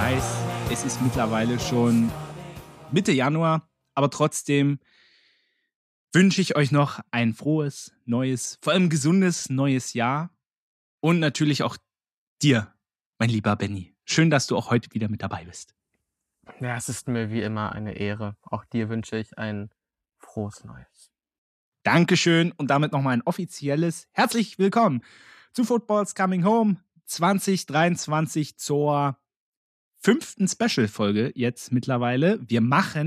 weiß, es ist mittlerweile schon Mitte Januar, aber trotzdem wünsche ich euch noch ein frohes, neues, vor allem gesundes neues Jahr und natürlich auch dir, mein lieber Benny. Schön, dass du auch heute wieder mit dabei bist. Ja, es ist mir wie immer eine Ehre. Auch dir wünsche ich ein frohes Neues. Dankeschön und damit nochmal ein offizielles herzlich willkommen zu Football's Coming Home 2023 zur 5. Special-Folge jetzt mittlerweile. Wir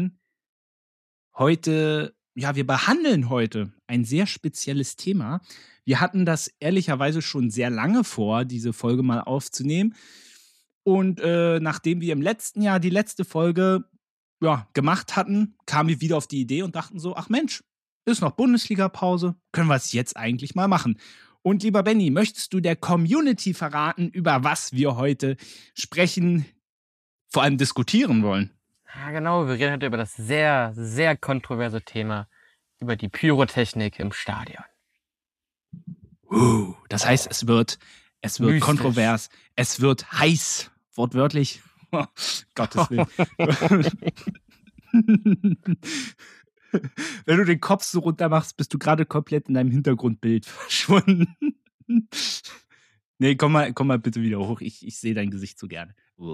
behandeln heute ein sehr spezielles Thema. Wir hatten das ehrlicherweise schon sehr lange vor, diese Folge mal aufzunehmen. Und nachdem wir im letzten Jahr die letzte Folge gemacht hatten, kamen wir wieder auf die Idee und dachten so, ach Mensch, ist noch Bundesliga-Pause, können wir es jetzt eigentlich mal machen. Und lieber Benny, möchtest du der Community verraten, über was wir heute sprechen, vor allem diskutieren wollen? Ja, genau. Wir reden heute über das sehr, sehr kontroverse Thema, über die Pyrotechnik im Stadion. Das heißt, es wird Mystisch. Kontrovers, es wird heiß, wortwörtlich. Oh, Gottes Willen. Wenn du den Kopf so runter machst, bist du gerade komplett in deinem Hintergrundbild verschwunden. Nee, komm mal bitte wieder hoch. Ich sehe dein Gesicht so gerne.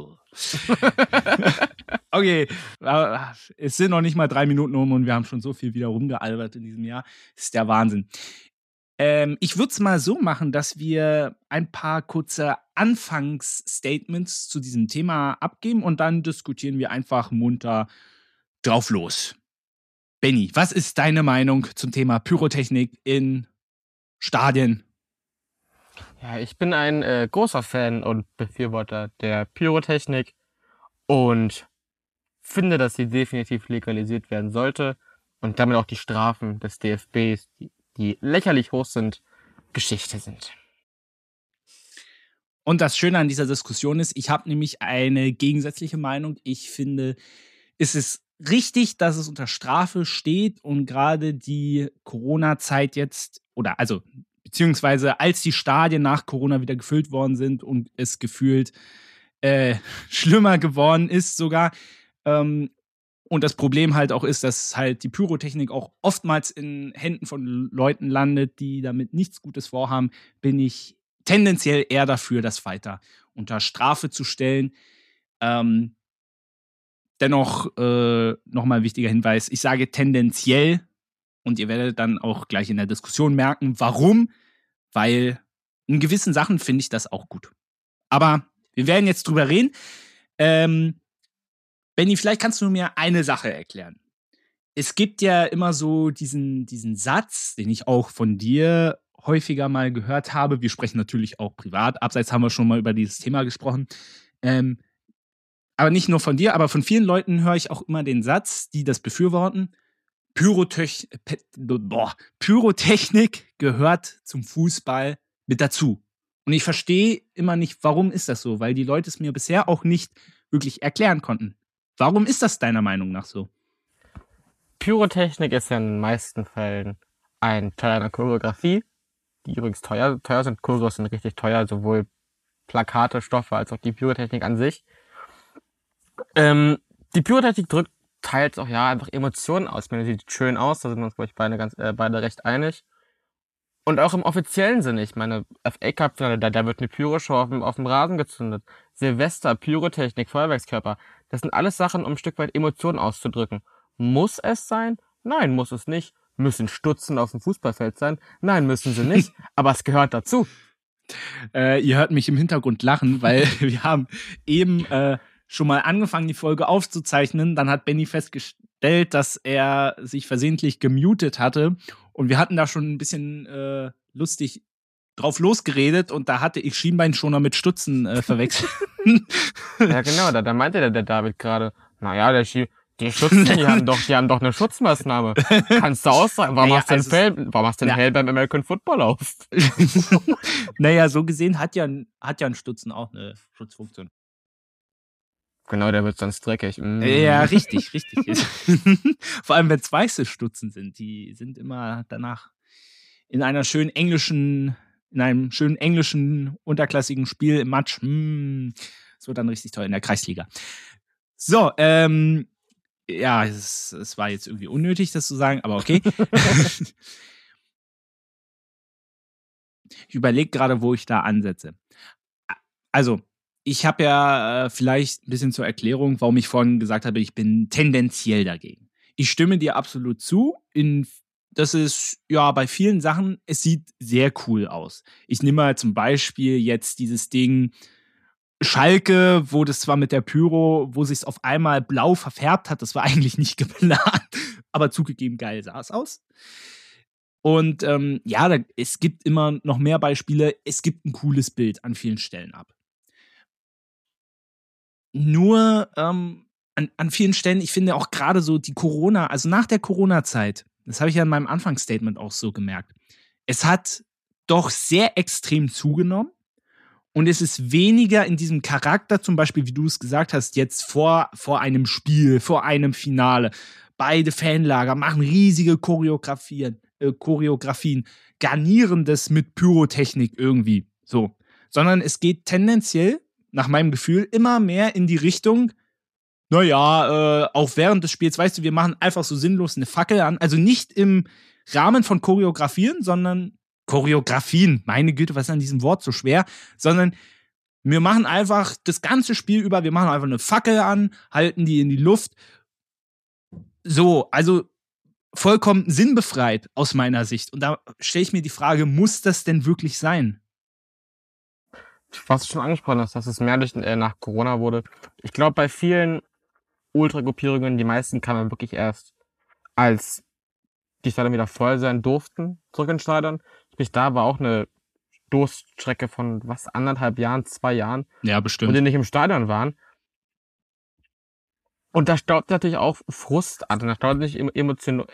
Okay, es sind noch nicht mal 3 Minuten um und wir haben schon so viel wieder rumgealbert in diesem Jahr. Das ist der Wahnsinn. Ich würde es mal so machen, dass wir ein paar kurze Anfangsstatements zu diesem Thema abgeben und dann diskutieren wir einfach munter drauf los. Benny, was ist deine Meinung zum Thema Pyrotechnik in Stadien? Ja, ich bin ein großer Fan und Befürworter der Pyrotechnik und finde, dass sie definitiv legalisiert werden sollte und damit auch die Strafen des DFBs, die lächerlich hoch sind, Geschichte sind. Und das Schöne an dieser Diskussion ist, ich habe nämlich eine gegensätzliche Meinung. Ich finde, es ist richtig, dass es unter Strafe steht und gerade die Corona-Zeit jetzt, beziehungsweise als die Stadien nach Corona wieder gefüllt worden sind und es gefühlt schlimmer geworden ist sogar, und das Problem halt auch ist, dass halt die Pyrotechnik auch oftmals in Händen von Leuten landet, die damit nichts Gutes vorhaben, bin ich tendenziell eher dafür, das weiter unter Strafe zu stellen. Dennoch nochmal ein wichtiger Hinweis, ich sage tendenziell und ihr werdet dann auch gleich in der Diskussion merken, warum, weil in gewissen Sachen finde ich das auch gut. Aber wir werden jetzt drüber reden. Benny, vielleicht kannst du mir eine Sache erklären. Es gibt ja immer so diesen Satz, den ich auch von dir häufiger mal gehört habe. Wir sprechen natürlich auch privat. Abseits haben wir schon mal über dieses Thema gesprochen. Aber nicht nur von dir, aber von vielen Leuten höre ich auch immer den Satz, die das befürworten. Pyrotechnik gehört zum Fußball mit dazu. Und ich verstehe immer nicht, warum ist das so, weil die Leute es mir bisher auch nicht wirklich erklären konnten. Warum ist das deiner Meinung nach so? Pyrotechnik ist ja in den meisten Fällen ein Teil einer Choreografie, die übrigens teuer sind. Choreos sind richtig teuer, sowohl Plakate, Stoffe als auch die Pyrotechnik an sich. Die Pyrotechnik drückt teils auch einfach Emotionen aus. Man sieht schön aus, da sind wir uns, glaube ich, beide recht einig. Und auch im offiziellen Sinne, ich meine, FA-Cup-Finale, da wird eine Pyroshow auf dem Rasen gezündet. Silvester, Pyrotechnik, Feuerwerkskörper. Das sind alles Sachen, um ein Stück weit Emotionen auszudrücken. Muss es sein? Nein, muss es nicht. Müssen Stutzen auf dem Fußballfeld sein? Nein, müssen sie nicht. Aber es gehört dazu. Ihr hört mich im Hintergrund lachen, weil wir haben eben schon mal angefangen, die Folge aufzuzeichnen. Dann hat Benny festgestellt, dass er sich versehentlich gemutet hatte. Und wir hatten da schon ein bisschen lustig drauf losgeredet. Und da hatte ich Schienbeinschoner mit Stutzen verwechselt. Ja, genau, da meinte der David gerade, naja, die Stutzen, die haben doch eine Schutzmaßnahme. Kannst du aussagen, warum hast du den Helm beim American Football auf? Naja, so gesehen hat ja ein Stutzen auch eine Schutzfunktion. Genau, der wird sonst dreckig. Ja, richtig. Vor allem, wenn es weiße Stutzen sind. Die sind immer danach in einem schönen englischen unterklassigen Spiel im Match. Es wird dann richtig toll in der Kreisliga. So, ja, es war jetzt irgendwie unnötig, das zu sagen, aber okay. Ich überlege gerade, wo ich da ansetze. Also, ich habe ja vielleicht ein bisschen zur Erklärung, warum ich vorhin gesagt habe, ich bin tendenziell dagegen. Ich stimme dir absolut zu. Das ist, ja, bei vielen Sachen, es sieht sehr cool aus. Ich nehme mal zum Beispiel jetzt dieses Ding Schalke, wo das zwar mit der Pyro, wo sich auf einmal blau verfärbt hat, das war eigentlich nicht geplant, aber zugegeben geil sah es aus. Und ja, es gibt immer noch mehr Beispiele. Es gibt ein cooles Bild an vielen Stellen ab. Nur an vielen Stellen, ich finde auch gerade so die Corona, also nach der Corona-Zeit, das habe ich ja in meinem Anfangsstatement auch so gemerkt, es hat doch sehr extrem zugenommen und es ist weniger in diesem Charakter, zum Beispiel, wie du es gesagt hast, jetzt vor einem Spiel, vor einem Finale. Beide Fanlager machen riesige Choreografien, garnieren das mit Pyrotechnik irgendwie so. Sondern es geht tendenziell, nach meinem Gefühl, immer mehr in die Richtung, naja, auch während des Spiels, weißt du, wir machen einfach so sinnlos eine Fackel an. Also nicht im Rahmen von Choreografien, sondern Choreografien, meine Güte, was ist an diesem Wort so schwer, sondern wir machen einfach das ganze Spiel über, wir machen einfach eine Fackel an, halten die in die Luft. So, also vollkommen sinnbefreit aus meiner Sicht. Und da stelle ich mir die Frage, muss das denn wirklich sein? Was du schon angesprochen hast, dass es mehr nach Corona wurde. Ich glaube, bei vielen Ultragruppierungen, die meisten kamen wirklich erst, als die Stadion wieder voll sein durften, zurück ins Stadion. Sprich, da war auch eine Durststrecke von 1,5 Jahren, 2 Jahren. Ja, bestimmt. Wo die nicht im Stadion waren. Und da staut natürlich auch Frust an. Da staut sich Emotionen.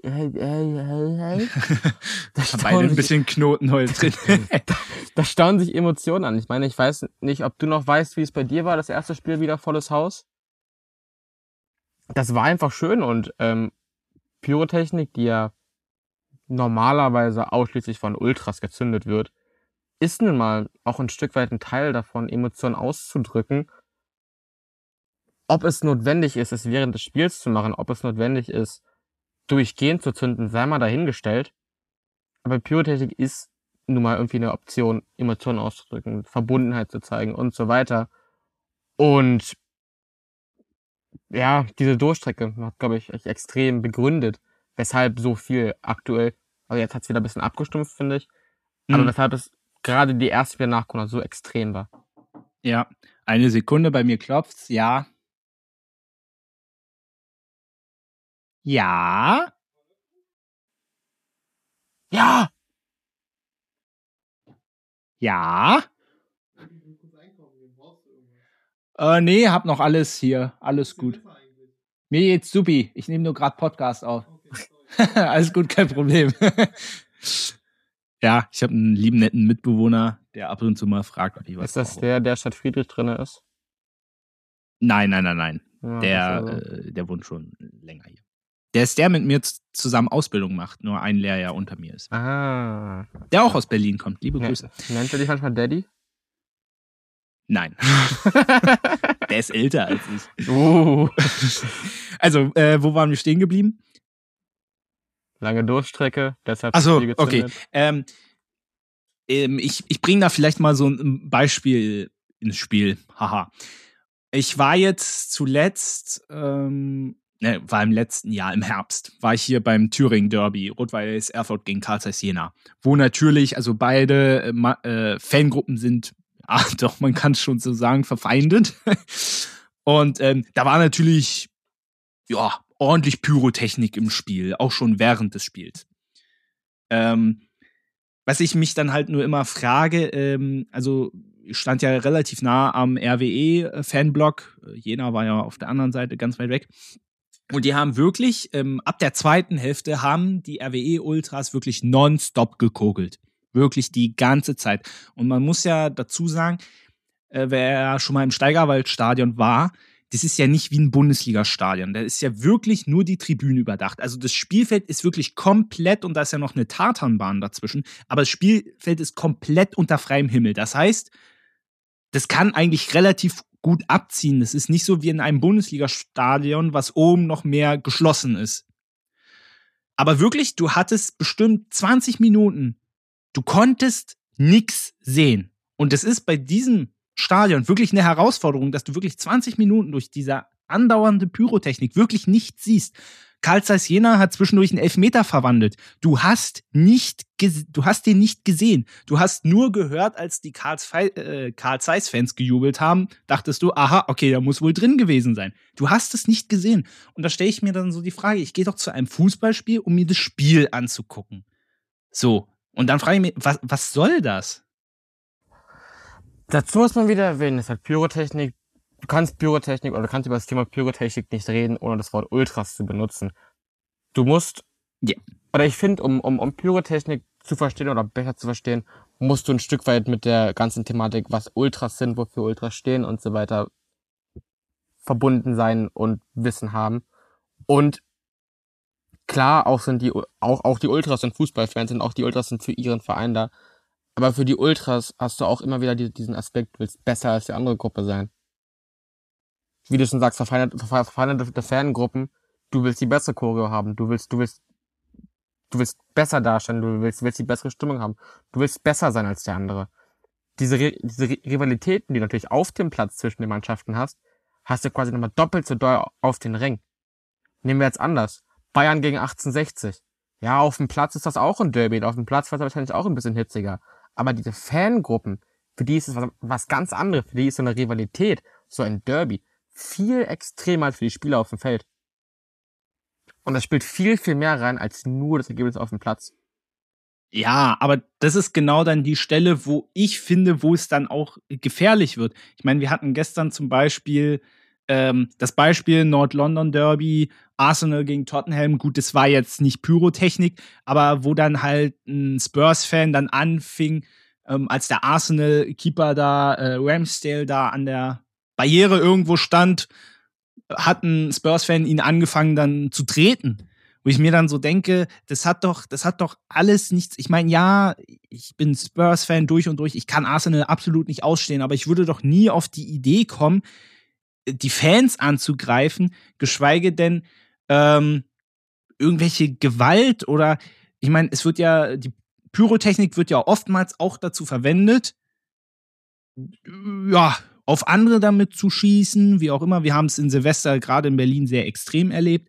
Beide ein bisschen Knotenholz drin. Da stauen sich Emotionen an. Ich meine, ich weiß nicht, ob du noch weißt, wie es bei dir war, das erste Spiel wieder volles Haus. Das war einfach schön und Pyrotechnik, die ja normalerweise ausschließlich von Ultras gezündet wird, ist nun mal auch ein Stück weit ein Teil davon, Emotionen auszudrücken. Ob es notwendig ist, es während des Spiels zu machen, ob es notwendig ist, durchgehend zu zünden, sei mal dahingestellt. Aber Pyrotechnik ist nun mal irgendwie eine Option, Emotionen auszudrücken, Verbundenheit zu zeigen und so weiter. Und ja, diese Durchstrecke hat, glaube ich, echt extrem begründet, weshalb so viel aktuell, also jetzt hat es wieder ein bisschen abgestumpft, finde ich, aber weshalb es gerade die erste wieder nach Corona so extrem war. Ja, eine Sekunde, bei mir klopft's, ja. Ja. Ja! Ja. Nee, hab noch alles hier. Alles gut. Mir geht's supi. Ich nehme nur gerade Podcast auf. Alles gut, kein Problem. Ja, ich habe einen lieben, netten Mitbewohner, der ab und zu mal fragt, ob ich was Ist das brauche. der statt Friedrich drin ist? Nein. Ja, Der wohnt schon länger hier. Der ist der mit mir zusammen Ausbildung macht, nur ein Lehrjahr unter mir ist. Ah. Der auch aus Berlin kommt. Liebe Grüße. Nennt er dich manchmal Daddy? Nein. Der ist älter als ich. Also, wo waren wir stehen geblieben? Lange Durststrecke, deshalb Achso, viel gezündet. okay. Ich bringe da vielleicht mal so ein Beispiel ins Spiel. Haha. Ich war jetzt zuletzt, war im letzten Jahr im Herbst, war ich hier beim Thüringen Derby, Rot-Weiß Erfurt gegen Carl Zeiss Jena, wo natürlich, also beide Fangruppen sind, doch, man kann es schon so sagen, verfeindet. Und da war natürlich, ja, ordentlich Pyrotechnik im Spiel, auch schon während des Spiels. Was ich mich dann halt nur immer frage, also ich stand ja relativ nah am RWE-Fanblock, Jena war ja auf der anderen Seite ganz weit weg. Und die haben wirklich, ab der zweiten Hälfte haben die RWE-Ultras wirklich nonstop gekogelt. Wirklich die ganze Zeit. Und man muss ja dazu sagen, wer schon mal im Steigerwald-Stadion war, das ist ja nicht wie ein Bundesliga-Stadion. Da ist ja wirklich nur die Tribüne überdacht. Also das Spielfeld ist wirklich komplett, und da ist ja noch eine Tatanbahn dazwischen, aber das Spielfeld ist komplett unter freiem Himmel. Das heißt, das kann eigentlich relativ gut abziehen. Das ist nicht so wie in einem Bundesliga-Stadion, was oben noch mehr geschlossen ist. Aber wirklich, du hattest bestimmt 20 Minuten, du konntest nichts sehen. Und es ist bei diesem Stadion wirklich eine Herausforderung, dass du wirklich 20 Minuten durch diese andauernde Pyrotechnik wirklich nichts siehst. Carl Zeiss Jena hat zwischendurch einen Elfmeter verwandelt. Du hast den nicht gesehen. Du hast nur gehört, als die Carl Zeiss-Fans gejubelt haben, dachtest du, aha, okay, der muss wohl drin gewesen sein. Du hast es nicht gesehen. Und da stelle ich mir dann so die Frage, ich gehe doch zu einem Fußballspiel, um mir das Spiel anzugucken. So. Und dann frage ich mich, was soll das? Dazu muss man wieder erwähnen, es hat Pyrotechnik. Du kannst über das Thema Pyrotechnik nicht reden, ohne das Wort Ultras zu benutzen. Du musst, oder ich finde, um Pyrotechnik zu verstehen oder besser zu verstehen, musst du ein Stück weit mit der ganzen Thematik, was Ultras sind, wofür Ultras stehen und so weiter, verbunden sein und Wissen haben. Und klar, auch die Ultras sind Fußballfans und auch die Ultras sind für ihren Verein da. Aber für die Ultras hast du auch immer wieder diesen Aspekt, du willst besser als die andere Gruppe sein. Wie du schon sagst, verfeindete Fangruppen, du willst die bessere Choreo haben, du willst besser darstellen, du willst die bessere Stimmung haben, du willst besser sein als der andere. Diese Rivalitäten, die du natürlich auf dem Platz zwischen den Mannschaften hast du quasi nochmal doppelt so doll auf den Ring. Nehmen wir jetzt anders. Bayern gegen 1860. Ja, auf dem Platz ist das auch ein Derby, auf dem Platz war es wahrscheinlich auch ein bisschen hitziger. Aber diese Fangruppen, für die ist es was ganz anderes, für die ist so eine Rivalität, so ein Derby, viel extremer als für die Spieler auf dem Feld. Und das spielt viel, viel mehr rein als nur das Ergebnis auf dem Platz. Ja, aber das ist genau dann die Stelle, wo ich finde, wo es dann auch gefährlich wird. Ich meine, wir hatten gestern zum Beispiel das Beispiel Nord-London Derby, Arsenal gegen Tottenham. Gut, das war jetzt nicht Pyrotechnik, aber wo dann halt ein Spurs-Fan dann anfing, als der Arsenal-Keeper da, Ramsdale, da an der Barriere irgendwo stand, hat ein Spurs-Fan ihn angefangen dann zu treten. Wo ich mir dann so denke, das hat doch alles nichts. Ich meine, ja, ich bin Spurs-Fan durch und durch. Ich kann Arsenal absolut nicht ausstehen, aber ich würde doch nie auf die Idee kommen, die Fans anzugreifen, geschweige denn irgendwelche Gewalt oder, ich meine, die Pyrotechnik wird ja oftmals auch dazu verwendet, ja, auf andere damit zu schießen, wie auch immer. Wir haben es in Silvester gerade in Berlin sehr extrem erlebt.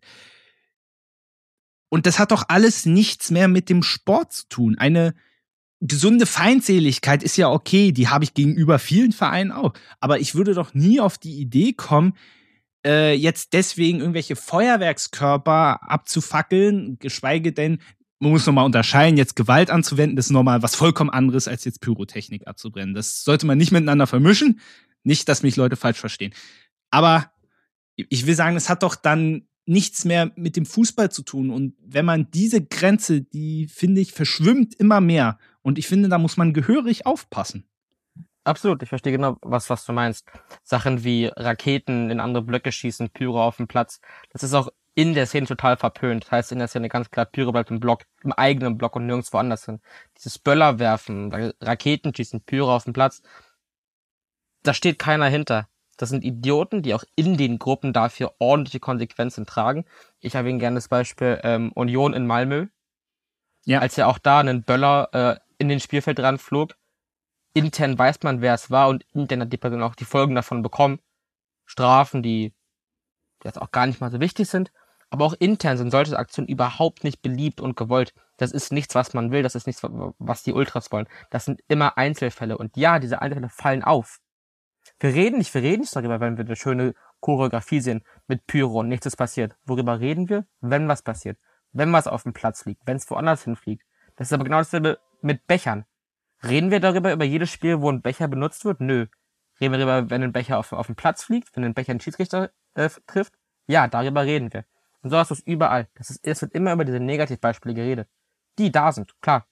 Und das hat doch alles nichts mehr mit dem Sport zu tun. Eine gesunde Feindseligkeit ist ja okay, die habe ich gegenüber vielen Vereinen auch. Aber ich würde doch nie auf die Idee kommen, jetzt deswegen irgendwelche Feuerwerkskörper abzufackeln, geschweige denn, man muss nochmal unterscheiden, jetzt Gewalt anzuwenden, das ist nochmal was vollkommen anderes, als jetzt Pyrotechnik abzubrennen. Das sollte man nicht miteinander vermischen. Nicht, dass mich Leute falsch verstehen. Aber ich will sagen, es hat doch dann nichts mehr mit dem Fußball zu tun. Und wenn man diese Grenze, die, finde ich, verschwimmt immer mehr. Und ich finde, da muss man gehörig aufpassen. Absolut, ich verstehe genau, was du meinst. Sachen wie Raketen in andere Blöcke schießen, Pyro auf dem Platz, das ist auch in der Szene total verpönt. Das heißt, in der Szene ganz klar, Pyro bleibt im Block, im eigenen Block und nirgendwo anders hin. Dieses Böller werfen, Raketen schießen, Pyro auf dem Platz, da steht keiner hinter. Das sind Idioten, die auch in den Gruppen dafür ordentliche Konsequenzen tragen. Ich erwähne gerne das Beispiel Union in Malmö. Ja. Als ja auch da ein Böller in den Spielfeld ranflog. Intern weiß man, wer es war und intern hat die Person auch die Folgen davon bekommen. Strafen, die jetzt auch gar nicht mal so wichtig sind. Aber auch intern sind solche Aktionen überhaupt nicht beliebt und gewollt. Das ist nichts, was man will. Das ist nichts, was die Ultras wollen. Das sind immer Einzelfälle. Und ja, diese Einzelfälle fallen auf. Wir reden nicht darüber, wenn wir eine schöne Choreografie sehen mit Pyro und nichts ist passiert. Worüber reden wir? Wenn was passiert. Wenn was auf dem Platz liegt. Wenn es woanders hinfliegt. Das ist aber genau dasselbe mit Bechern. Reden wir darüber, über jedes Spiel, wo ein Becher benutzt wird? Nö. Reden wir darüber, wenn ein Becher auf den Platz fliegt, wenn ein Becher einen Schiedsrichter trifft? Ja, darüber reden wir. Und so hast du es überall. Es wird immer über diese Negativbeispiele geredet. Die da sind, klar.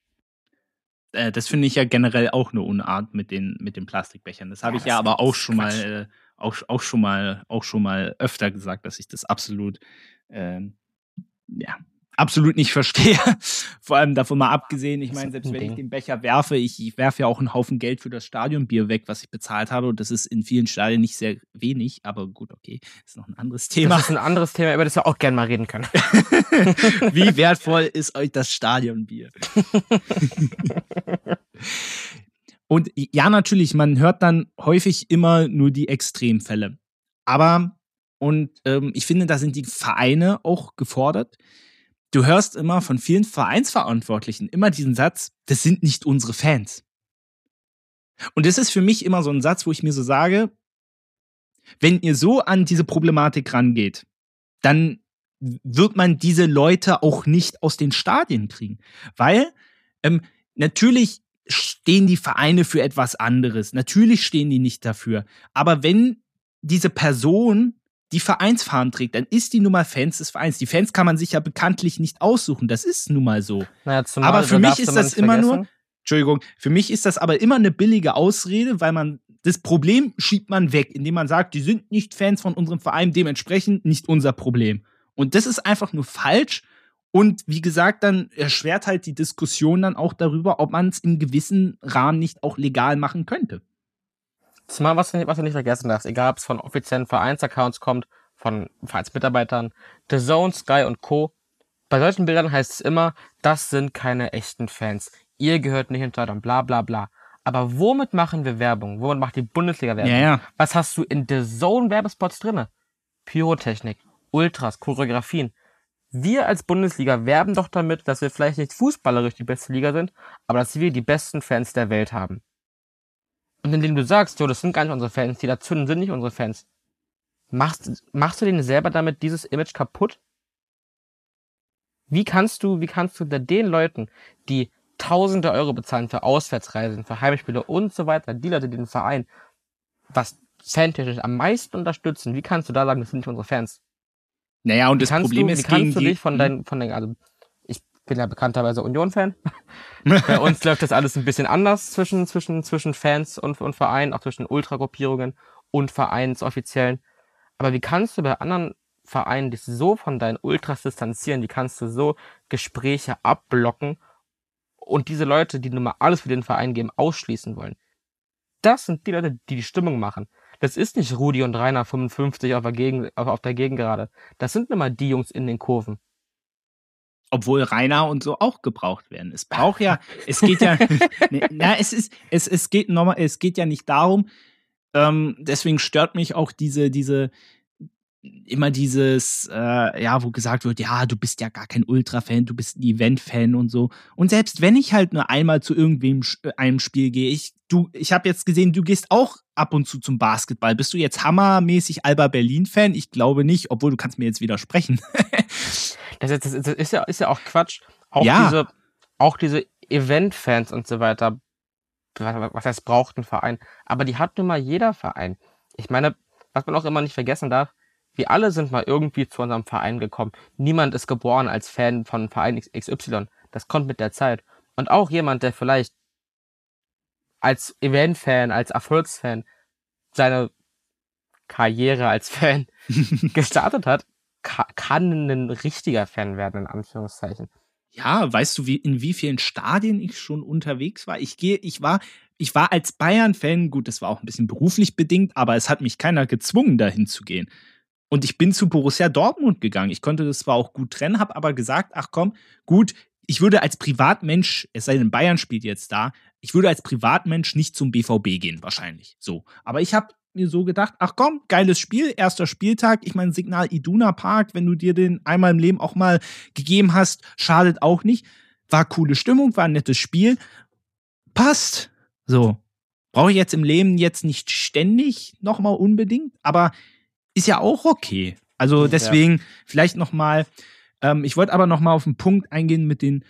Das finde ich ja generell auch eine Unart mit den Plastikbechern. Das habe ich ja aber auch schon mal, auch schon mal öfter gesagt, dass ich das absolut absolut nicht verstehe. Vor allem davon mal abgesehen, ich meine, selbst wenn ich den Becher werfe, ich werfe ja auch einen Haufen Geld für das Stadionbier weg, was ich bezahlt habe. Und das ist in vielen Stadien nicht sehr wenig, aber gut, okay, ist noch ein anderes Thema. Das ist ein anderes Thema, über das wir auch gerne mal reden können. Wie wertvoll ist euch das Stadionbier? Und ja, natürlich, man hört dann häufig immer nur die Extremfälle. Aber, ich finde, da sind die Vereine auch gefordert. Du hörst immer von vielen Vereinsverantwortlichen immer diesen Satz, das sind nicht unsere Fans. Und das ist für mich immer so ein Satz, wo ich mir so sage, wenn ihr so an diese Problematik rangeht, dann wird man diese Leute auch nicht aus den Stadien kriegen. Weil natürlich stehen die Vereine für etwas anderes. Natürlich stehen die nicht dafür. Aber wenn diese Person die Vereinsfahnen trägt, dann ist die nun mal Fans des Vereins. Die Fans kann man sich ja bekanntlich nicht aussuchen. Das ist nun mal so. Naja, zumal, aber für mich ist das immer nur, Entschuldigung, für mich ist das aber immer eine billige Ausrede, weil man das Problem schiebt man weg, indem man sagt, die sind nicht Fans von unserem Verein, dementsprechend nicht unser Problem. Und das ist einfach nur falsch. Und wie gesagt, dann erschwert halt die Diskussion dann auch darüber, ob man es im gewissen Rahmen nicht auch legal machen könnte. Zumal, was du nicht vergessen darfst, egal ob es von offiziellen Vereinsaccounts kommt, von Vereinsmitarbeitern, The Zone, Sky und Co. Bei solchen Bildern heißt es immer, das sind keine echten Fans. Ihr gehört nicht hinter und bla bla bla. Aber womit machen wir Werbung? Womit macht die Bundesliga Werbung? Ja. Was hast du in The Zone Werbespots drinne? Pyrotechnik, Ultras, Choreografien. Wir als Bundesliga werben doch damit, dass wir vielleicht nicht fußballerisch die beste Liga sind, aber dass wir die besten Fans der Welt haben. Und indem du sagst, das sind gar nicht unsere Fans, die da zünden, sind nicht unsere Fans, machst du denen selber damit dieses Image kaputt? Wie kannst du den Leuten, die Tausende Euro bezahlen für Auswärtsreisen, für Heimspiele und so weiter, die Leute, die den Verein, was fantechnisch am meisten unterstützen, wie kannst du da sagen, das sind nicht unsere Fans? Naja, und das Problem ist, wie kannst du dich also ich bin ja bekannterweise Union-Fan. Bei uns läuft das alles ein bisschen anders zwischen Fans und Vereinen, auch zwischen Ultragruppierungen und Vereinsoffiziellen. Aber wie kannst du bei anderen Vereinen dich so von deinen Ultras distanzieren? Wie kannst du so Gespräche abblocken und diese Leute, die nun mal alles für den Verein geben, ausschließen wollen? Das sind die Leute, die die Stimmung machen. Das ist nicht Rudi und Rainer 55 auf der Gegengerade. Das sind nun mal die Jungs in den Kurven. Obwohl Rainer und so auch gebraucht werden. Es braucht ja, es geht ja, es geht ja nicht darum, deswegen stört mich auch immer dieses, wo gesagt wird, ja, du bist ja gar kein Ultra-Fan, du bist ein Event-Fan und so. Und selbst wenn ich halt nur einmal zu einem Spiel gehe, ich habe jetzt gesehen, du gehst auch ab und zu zum Basketball. Bist du jetzt hammermäßig Alba Berlin-Fan? Ich glaube nicht, obwohl du kannst mir jetzt widersprechen. Das ist ja auch Quatsch. Auch diese Event-Fans und so weiter, was heißt, braucht ein Verein. Aber die hat nun mal jeder Verein. Ich meine, was man auch immer nicht vergessen darf, wir alle sind mal irgendwie zu unserem Verein gekommen. Niemand ist geboren als Fan von Verein XY. Das kommt mit der Zeit. Und auch jemand, der vielleicht als Event-Fan, als Erfolgsfan seine Karriere als Fan gestartet hat, kann ein richtiger Fan werden, in Anführungszeichen. Ja, weißt du, in wie vielen Stadien ich schon unterwegs war? Ich war als Bayern-Fan, gut, das war auch ein bisschen beruflich bedingt, aber es hat mich keiner gezwungen, dahin zu gehen. Und ich bin zu Borussia Dortmund gegangen. Ich konnte das zwar auch gut trennen, habe aber gesagt, ach komm, gut, ich würde als Privatmensch, es sei denn, Bayern spielt jetzt da, ich würde als Privatmensch nicht zum BVB gehen, wahrscheinlich. So. Aber ich habe mir so gedacht, ach komm, geiles Spiel, erster Spieltag. Ich meine, Signal Iduna Park, wenn du dir den einmal im Leben auch mal gegeben hast, schadet auch nicht. War coole Stimmung, war ein nettes Spiel. Passt. So. Brauche ich jetzt im Leben jetzt nicht ständig nochmal unbedingt, aber ist ja auch okay. Also deswegen vielleicht nochmal, ich wollte aber nochmal auf den Punkt eingehen mit den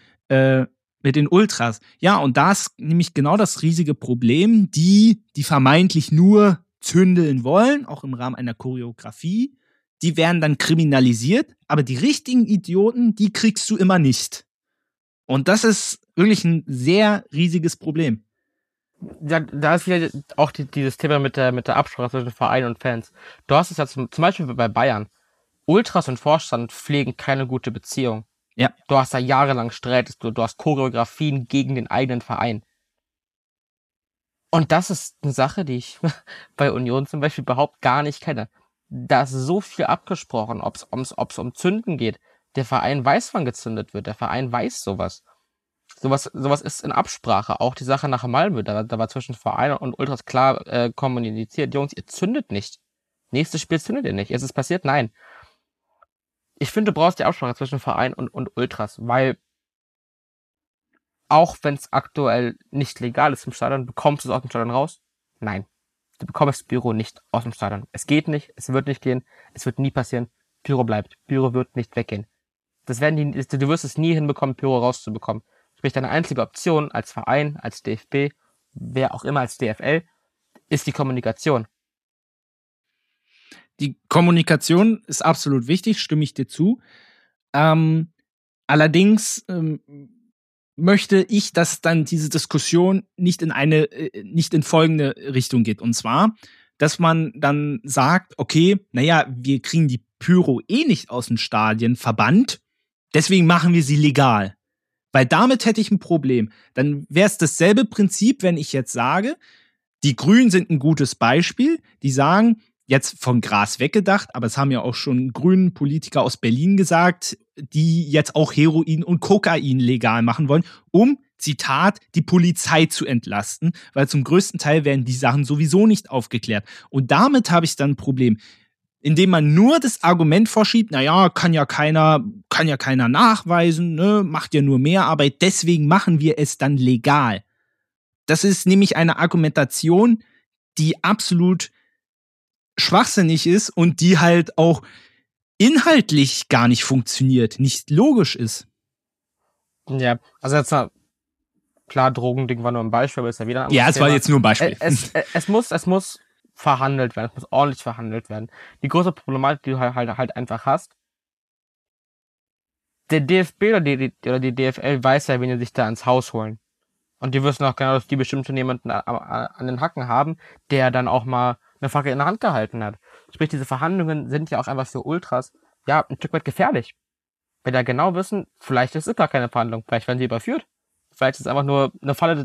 Ultras. Ja, und da ist nämlich genau das riesige Problem, die vermeintlich nur zündeln wollen, auch im Rahmen einer Choreografie, die werden dann kriminalisiert, aber die richtigen Idioten, die kriegst du immer nicht. Und das ist wirklich ein sehr riesiges Problem. Ja, da ist wieder auch dieses Thema mit der Absprache zwischen Verein und Fans. Du hast es ja zum Beispiel bei Bayern. Ultras und Vorstand pflegen keine gute Beziehung. Ja. Du hast da jahrelang Streit, du hast Choreografien gegen den eigenen Verein. Und das ist eine Sache, die ich bei Union zum Beispiel überhaupt gar nicht kenne. Da ist so viel abgesprochen, ob es um Zünden geht. Der Verein weiß, wann gezündet wird. Der Verein weiß sowas. Sowas ist in Absprache. Auch die Sache nach Malmö, da war zwischen Verein und Ultras klar kommuniziert. Jungs, ihr zündet nicht. Nächstes Spiel zündet ihr nicht. Ist es passiert? Nein. Ich finde, du brauchst die Absprache zwischen Verein und Ultras, weil auch wenn es aktuell nicht legal ist im Stadion, bekommst du es aus dem Stadion raus? Nein. Du bekommst Pyro nicht aus dem Stadion. Es geht nicht, es wird nicht gehen, es wird nie passieren. Pyro bleibt. Pyro wird nicht weggehen. Du wirst es nie hinbekommen, Pyro rauszubekommen. Sprich, deine einzige Option als Verein, als DFB, wer auch immer als DFL, ist die Kommunikation. Die Kommunikation ist absolut wichtig, stimme ich dir zu. Allerdings möchte ich, dass dann diese Diskussion nicht in folgende Richtung geht. Und zwar, dass man dann sagt, okay, naja, wir kriegen die Pyro nicht aus den Stadien verbannt, deswegen machen wir sie legal. Weil damit hätte ich ein Problem. Dann wäre es dasselbe Prinzip, wenn ich jetzt sage, die Grünen sind ein gutes Beispiel, die sagen, jetzt von Gras weggedacht, aber es haben ja auch schon grünen Politiker aus Berlin gesagt, die jetzt auch Heroin und Kokain legal machen wollen, um, Zitat, die Polizei zu entlasten, weil zum größten Teil werden die Sachen sowieso nicht aufgeklärt. Und damit habe ich dann ein Problem, indem man nur das Argument vorschiebt, naja, kann ja keiner nachweisen, ne, macht ja nur mehr Arbeit, deswegen machen wir es dann legal. Das ist nämlich eine Argumentation, die absolut schwachsinnig ist und die halt auch inhaltlich gar nicht funktioniert, nicht logisch ist. Ja, also jetzt mal, klar, Drogending war nur ein Beispiel, aber ist ja wieder ein anderes Ja, es Thema. war jetzt nur ein Beispiel. Es muss verhandelt werden, es muss ordentlich verhandelt werden. Die große Problematik, die du halt einfach hast, der DFB oder die DFL weiß ja, wen sie sich da ins Haus holen. Und die wissen auch genau, dass die bestimmt schon jemanden an den Hacken haben, der dann auch mal eine Fackel in der Hand gehalten hat. Sprich, diese Verhandlungen sind ja auch einfach für Ultras, ja, ein Stück weit gefährlich. Weil da genau wissen, vielleicht ist es gar keine Verhandlung, vielleicht werden sie überführt. Vielleicht ist es einfach nur eine Falle,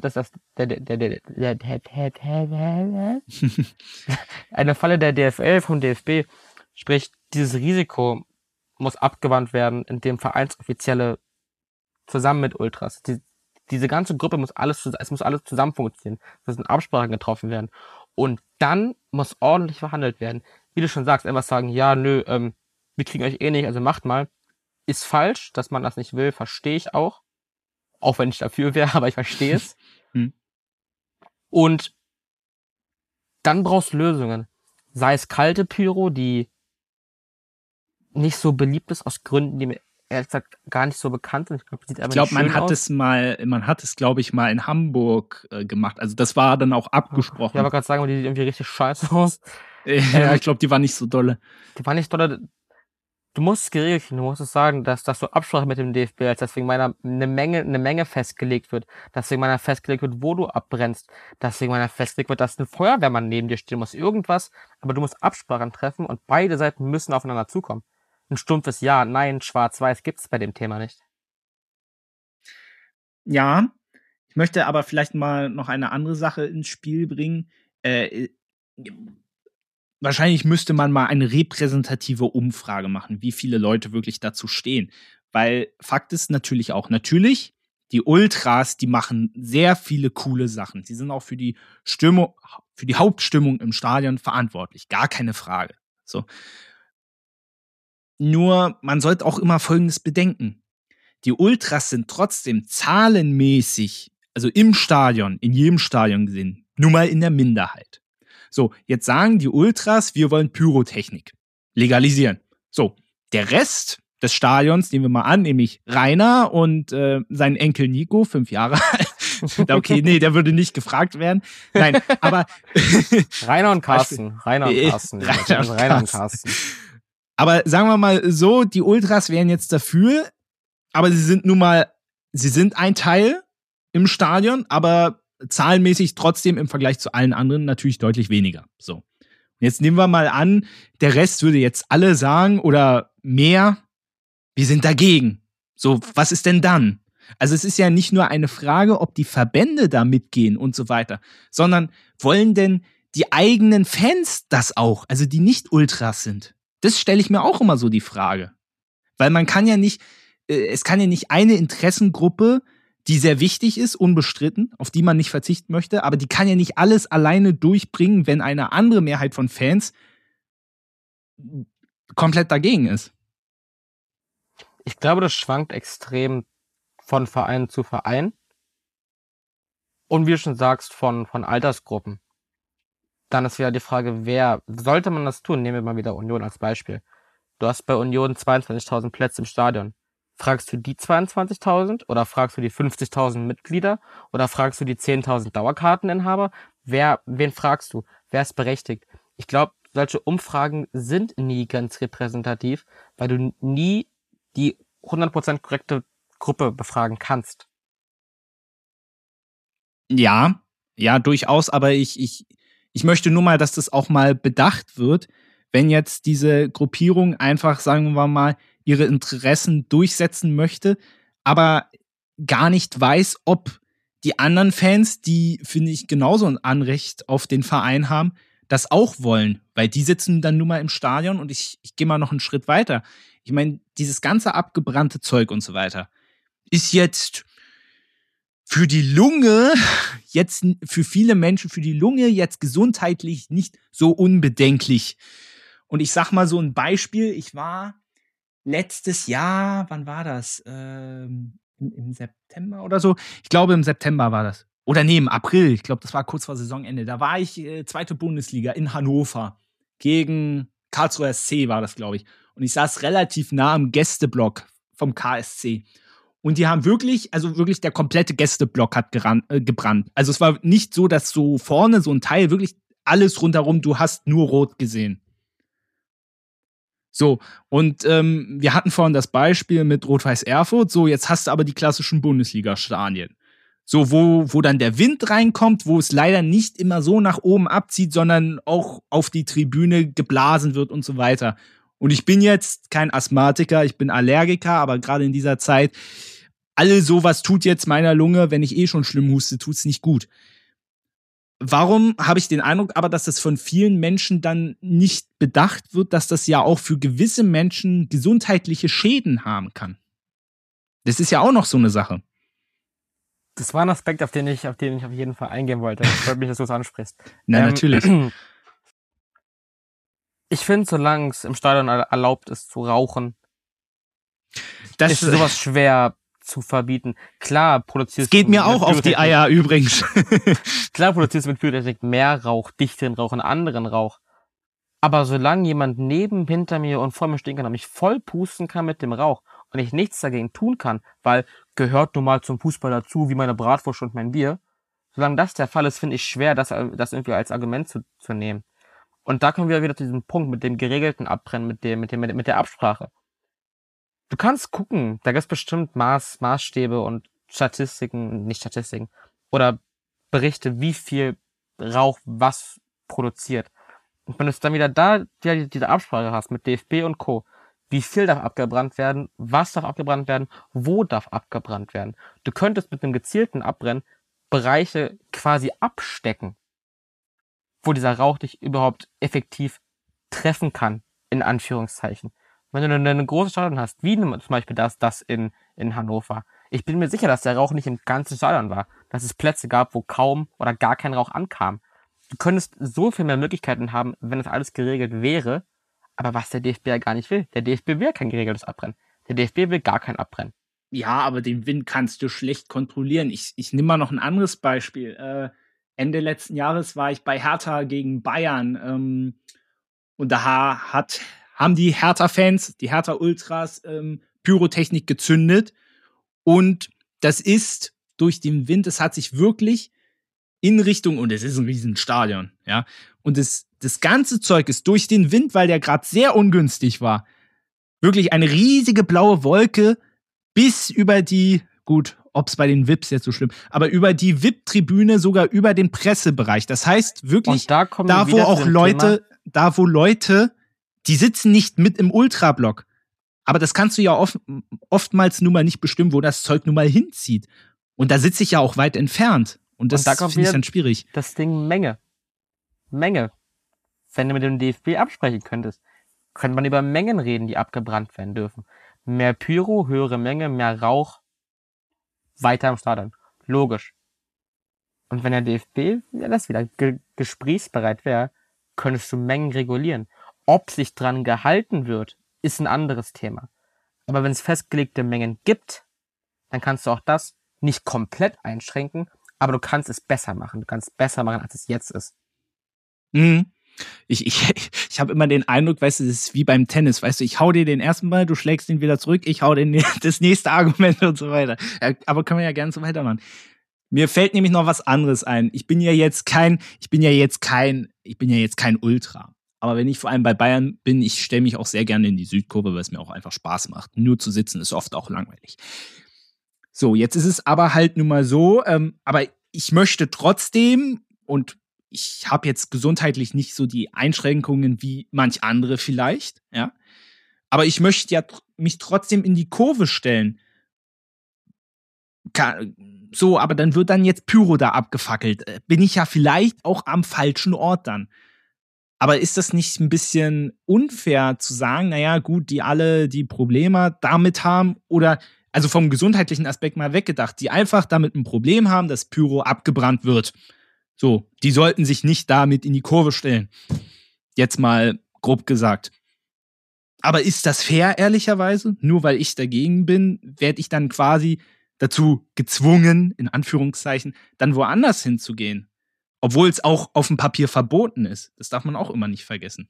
eine Falle der DFL vom DFB. Sprich, dieses Risiko muss abgewandt werden, indem Vereinsoffizielle zusammen mit Ultras, diese ganze Gruppe muss alles zusammen funktionieren. Es müssen Absprachen getroffen werden. Und dann muss ordentlich verhandelt werden. Wie du schon sagst, einfach sagen, ja, nö, wir kriegen euch nicht, also macht mal. Ist falsch, dass man das nicht will, verstehe ich auch. Auch wenn ich dafür wäre, aber ich verstehe es. Und dann brauchst du Lösungen. Sei es kalte Pyro, die nicht so beliebt ist, aus Gründen, die mir ehrlich gesagt gar nicht so bekannt sind. Ich glaube, man hat es, glaube ich, mal in Hamburg gemacht. Also das war dann auch abgesprochen. Ich wollte gerade sagen, die sieht irgendwie richtig scheiße aus. Ich glaube, die war nicht so dolle. Die war nicht dolle. Du musst es geregelt kriegen, du musst es sagen, dass du Absprache mit dem DFB hast, dass wegen meiner eine Menge festgelegt wird, dass wegen meiner festgelegt wird, wo du abbrennst, dass wegen meiner festgelegt wird, dass ein Feuerwehrmann neben dir stehen muss, irgendwas, aber du musst Absprachen treffen und beide Seiten müssen aufeinander zukommen. Ein stumpfes Ja, Nein, Schwarz-Weiß gibt's bei dem Thema nicht. Ja, ich möchte aber vielleicht mal noch eine andere Sache ins Spiel bringen. Wahrscheinlich müsste man mal eine repräsentative Umfrage machen, wie viele Leute wirklich dazu stehen. Weil Fakt ist natürlich auch, die Ultras, die machen sehr viele coole Sachen. Sie sind auch für die Stimmung, für die Hauptstimmung im Stadion verantwortlich. Gar keine Frage. So. Nur, man sollte auch immer Folgendes bedenken. Die Ultras sind trotzdem zahlenmäßig, also im Stadion, in jedem Stadion gesehen, nur mal in der Minderheit. So, jetzt sagen die Ultras, wir wollen Pyrotechnik legalisieren. So, der Rest des Stadions, nehmen wir mal an, nämlich Rainer und sein Enkel Nico, 5 Jahre alt. Okay, nee, der würde nicht gefragt werden. Nein, aber Rainer und Carsten. Rainer und Carsten. Aber sagen wir mal so, die Ultras wären jetzt dafür, aber sie sind ein Teil im Stadion, aber zahlenmäßig trotzdem im Vergleich zu allen anderen natürlich deutlich weniger. So. Jetzt nehmen wir mal an, der Rest würde jetzt alle sagen oder mehr, wir sind dagegen. So, was ist denn dann? Also es ist ja nicht nur eine Frage, ob die Verbände da mitgehen und so weiter, sondern wollen denn die eigenen Fans das auch, also die nicht Ultras sind? Das stelle ich mir auch immer so die Frage. Weil man kann ja nicht, es kann ja nicht eine Interessengruppe, die sehr wichtig ist, unbestritten, auf die man nicht verzichten möchte, aber die kann ja nicht alles alleine durchbringen, wenn eine andere Mehrheit von Fans komplett dagegen ist. Ich glaube, das schwankt extrem von Verein zu Verein. Und wie du schon sagst, von Altersgruppen. Dann ist wieder die Frage, wer sollte man das tun? Nehmen wir mal wieder Union als Beispiel. Du hast bei Union 22.000 Plätze im Stadion. Fragst du die 22.000 oder fragst du die 50.000 Mitglieder oder fragst du die 10.000 Dauerkarteninhaber? Wen fragst du? Wer ist berechtigt? Ich glaube, solche Umfragen sind nie ganz repräsentativ, weil du nie die 100% korrekte Gruppe befragen kannst. Ja, durchaus, aber ich möchte nur mal, dass das auch mal bedacht wird, wenn jetzt diese Gruppierung einfach, sagen wir mal, ihre Interessen durchsetzen möchte, aber gar nicht weiß, ob die anderen Fans, die, finde ich, genauso ein Anrecht auf den Verein haben, das auch wollen, weil die sitzen dann nun mal im Stadion und ich gehe mal noch einen Schritt weiter. Ich meine, dieses ganze abgebrannte Zeug und so weiter ist jetzt für die Lunge, jetzt für viele Menschen, für die Lunge jetzt gesundheitlich nicht so unbedenklich. Und ich sag mal so ein Beispiel, ich war letztes Jahr, wann war das? Im September oder so? Ich glaube, im September war das. Oder nee, im April. Ich glaube, das war kurz vor Saisonende. Da war ich zweite Bundesliga in Hannover. Gegen Karlsruher SC war das, glaube ich. Und ich saß relativ nah am Gästeblock vom KSC. Und die haben wirklich der komplette Gästeblock hat gebrannt. Also es war nicht so, dass so vorne so ein Teil, wirklich alles rundherum, du hast nur rot gesehen. So, und wir hatten vorhin das Beispiel mit Rot-Weiß Erfurt. So, jetzt hast du aber die klassischen Bundesliga-Stadien. So, wo dann der Wind reinkommt, wo es leider nicht immer so nach oben abzieht, sondern auch auf die Tribüne geblasen wird und so weiter. Und ich bin jetzt kein Asthmatiker, ich bin Allergiker, aber gerade in dieser Zeit, sowas tut jetzt meiner Lunge, wenn ich schon schlimm huste, tut's nicht gut. Warum habe ich den Eindruck aber, dass das von vielen Menschen dann nicht bedacht wird, dass das ja auch für gewisse Menschen gesundheitliche Schäden haben kann? Das ist ja auch noch so eine Sache. Das war ein Aspekt, auf den ich auf jeden Fall eingehen wollte. Ich freue mich, dass du es ansprichst. Na, natürlich. Ich finde, solange es im Stadion erlaubt ist zu rauchen, ist sowas schwer zu verbieten. Klar produzierst du... Es geht mir auch auf die Eier übrigens. Klar produzierst du mit Pyrotechnik mehr Rauch, dichteren Rauch und anderen Rauch. Aber solange jemand hinter mir und vor mir stehen kann und mich voll pusten kann mit dem Rauch und ich nichts dagegen tun kann, weil gehört nun mal zum Fußball dazu, wie meine Bratwurst und mein Bier, solange das der Fall ist, finde ich schwer, das irgendwie als Argument zu nehmen. Und da kommen wir wieder zu diesem Punkt mit dem geregelten Abbrennen, mit der Absprache. Du kannst gucken, da gibt es bestimmt Maßstäbe und nicht Statistiken, oder Berichte, wie viel Rauch was produziert. Und wenn du dann wieder diese Absprache hast mit DFB und Co., wie viel darf abgebrannt werden, was darf abgebrannt werden, wo darf abgebrannt werden. Du könntest mit einem gezielten Abbrennen Bereiche quasi abstecken, wo dieser Rauch dich überhaupt effektiv treffen kann, in Anführungszeichen. Wenn du eine große Stadion hast, wie zum Beispiel das in Hannover, ich bin mir sicher, dass der Rauch nicht im ganzen Stadion war, dass es Plätze gab, wo kaum oder gar kein Rauch ankam. Du könntest so viel mehr Möglichkeiten haben, wenn das alles geregelt wäre, aber was der DFB ja gar nicht will. Der DFB will kein geregeltes Abbrennen. Der DFB will gar kein Abbrennen. Ja, aber den Wind kannst du schlecht kontrollieren. Ich nehme mal noch ein anderes Beispiel. Ende letzten Jahres war ich bei Hertha gegen Bayern und da haben die Hertha-Fans, die Hertha-Ultras Pyrotechnik gezündet und das ist durch den Wind, es hat sich wirklich in Richtung, und es ist ein Riesenstadion, ja, und das ganze Zeug ist durch den Wind, weil der gerade sehr ungünstig war, wirklich eine riesige blaue Wolke bis über die, gut, ob es bei den VIPs jetzt so schlimm, aber über die VIP-Tribüne, sogar über den Pressebereich. Das heißt wirklich, da wo Leute, die sitzen nicht mit im Ultrablock, Aber das kannst du ja oftmals nun mal nicht bestimmen, wo das Zeug nun mal hinzieht. Und da sitze ich ja auch weit entfernt. Und das finde ich dann schwierig. Das Ding Menge. Wenn du mit dem DFB absprechen könntest, könnte man über Mengen reden, die abgebrannt werden dürfen. Mehr Pyro, höhere Menge, mehr Rauch, weiter im Stadion. Logisch. Und wenn der DFB das wieder gesprächsbereit wäre, könntest du Mengen regulieren. Ob sich dran gehalten wird, ist ein anderes Thema. Aber wenn es festgelegte Mengen gibt, dann kannst du auch das nicht komplett einschränken, aber du kannst es besser machen. Du kannst es besser machen, als es jetzt ist. Mhm. Ich habe immer den Eindruck, weißt du, das ist wie beim Tennis, weißt du, ich hau dir den ersten Ball, du schlägst ihn wieder zurück, ich hau dir das nächste Argument und so weiter. Aber können wir ja gerne so weitermachen. Mir fällt nämlich noch was anderes ein. Ich bin ja jetzt kein Ultra. Aber wenn ich vor allem bei Bayern bin, ich stelle mich auch sehr gerne in die Südkurve, weil es mir auch einfach Spaß macht. Nur zu sitzen ist oft auch langweilig. So, jetzt ist es aber halt nun mal so, aber ich möchte trotzdem, und ich habe jetzt gesundheitlich nicht so die Einschränkungen wie manch andere vielleicht, ja, aber ich möchte ja mich trotzdem in die Kurve stellen. So, aber dann wird dann jetzt Pyro da abgefackelt. Bin ich ja vielleicht auch am falschen Ort dann. Aber ist das nicht ein bisschen unfair zu sagen, naja, gut, die alle die Probleme damit haben oder, also vom gesundheitlichen Aspekt mal weggedacht, die einfach damit ein Problem haben, dass Pyro abgebrannt wird. So, die sollten sich nicht damit in die Kurve stellen. Jetzt mal grob gesagt. Aber ist das fair, ehrlicherweise? Nur weil ich dagegen bin, werde ich dann quasi dazu gezwungen, in Anführungszeichen, dann woanders hinzugehen. Obwohl es auch auf dem Papier verboten ist. Das darf man auch immer nicht vergessen.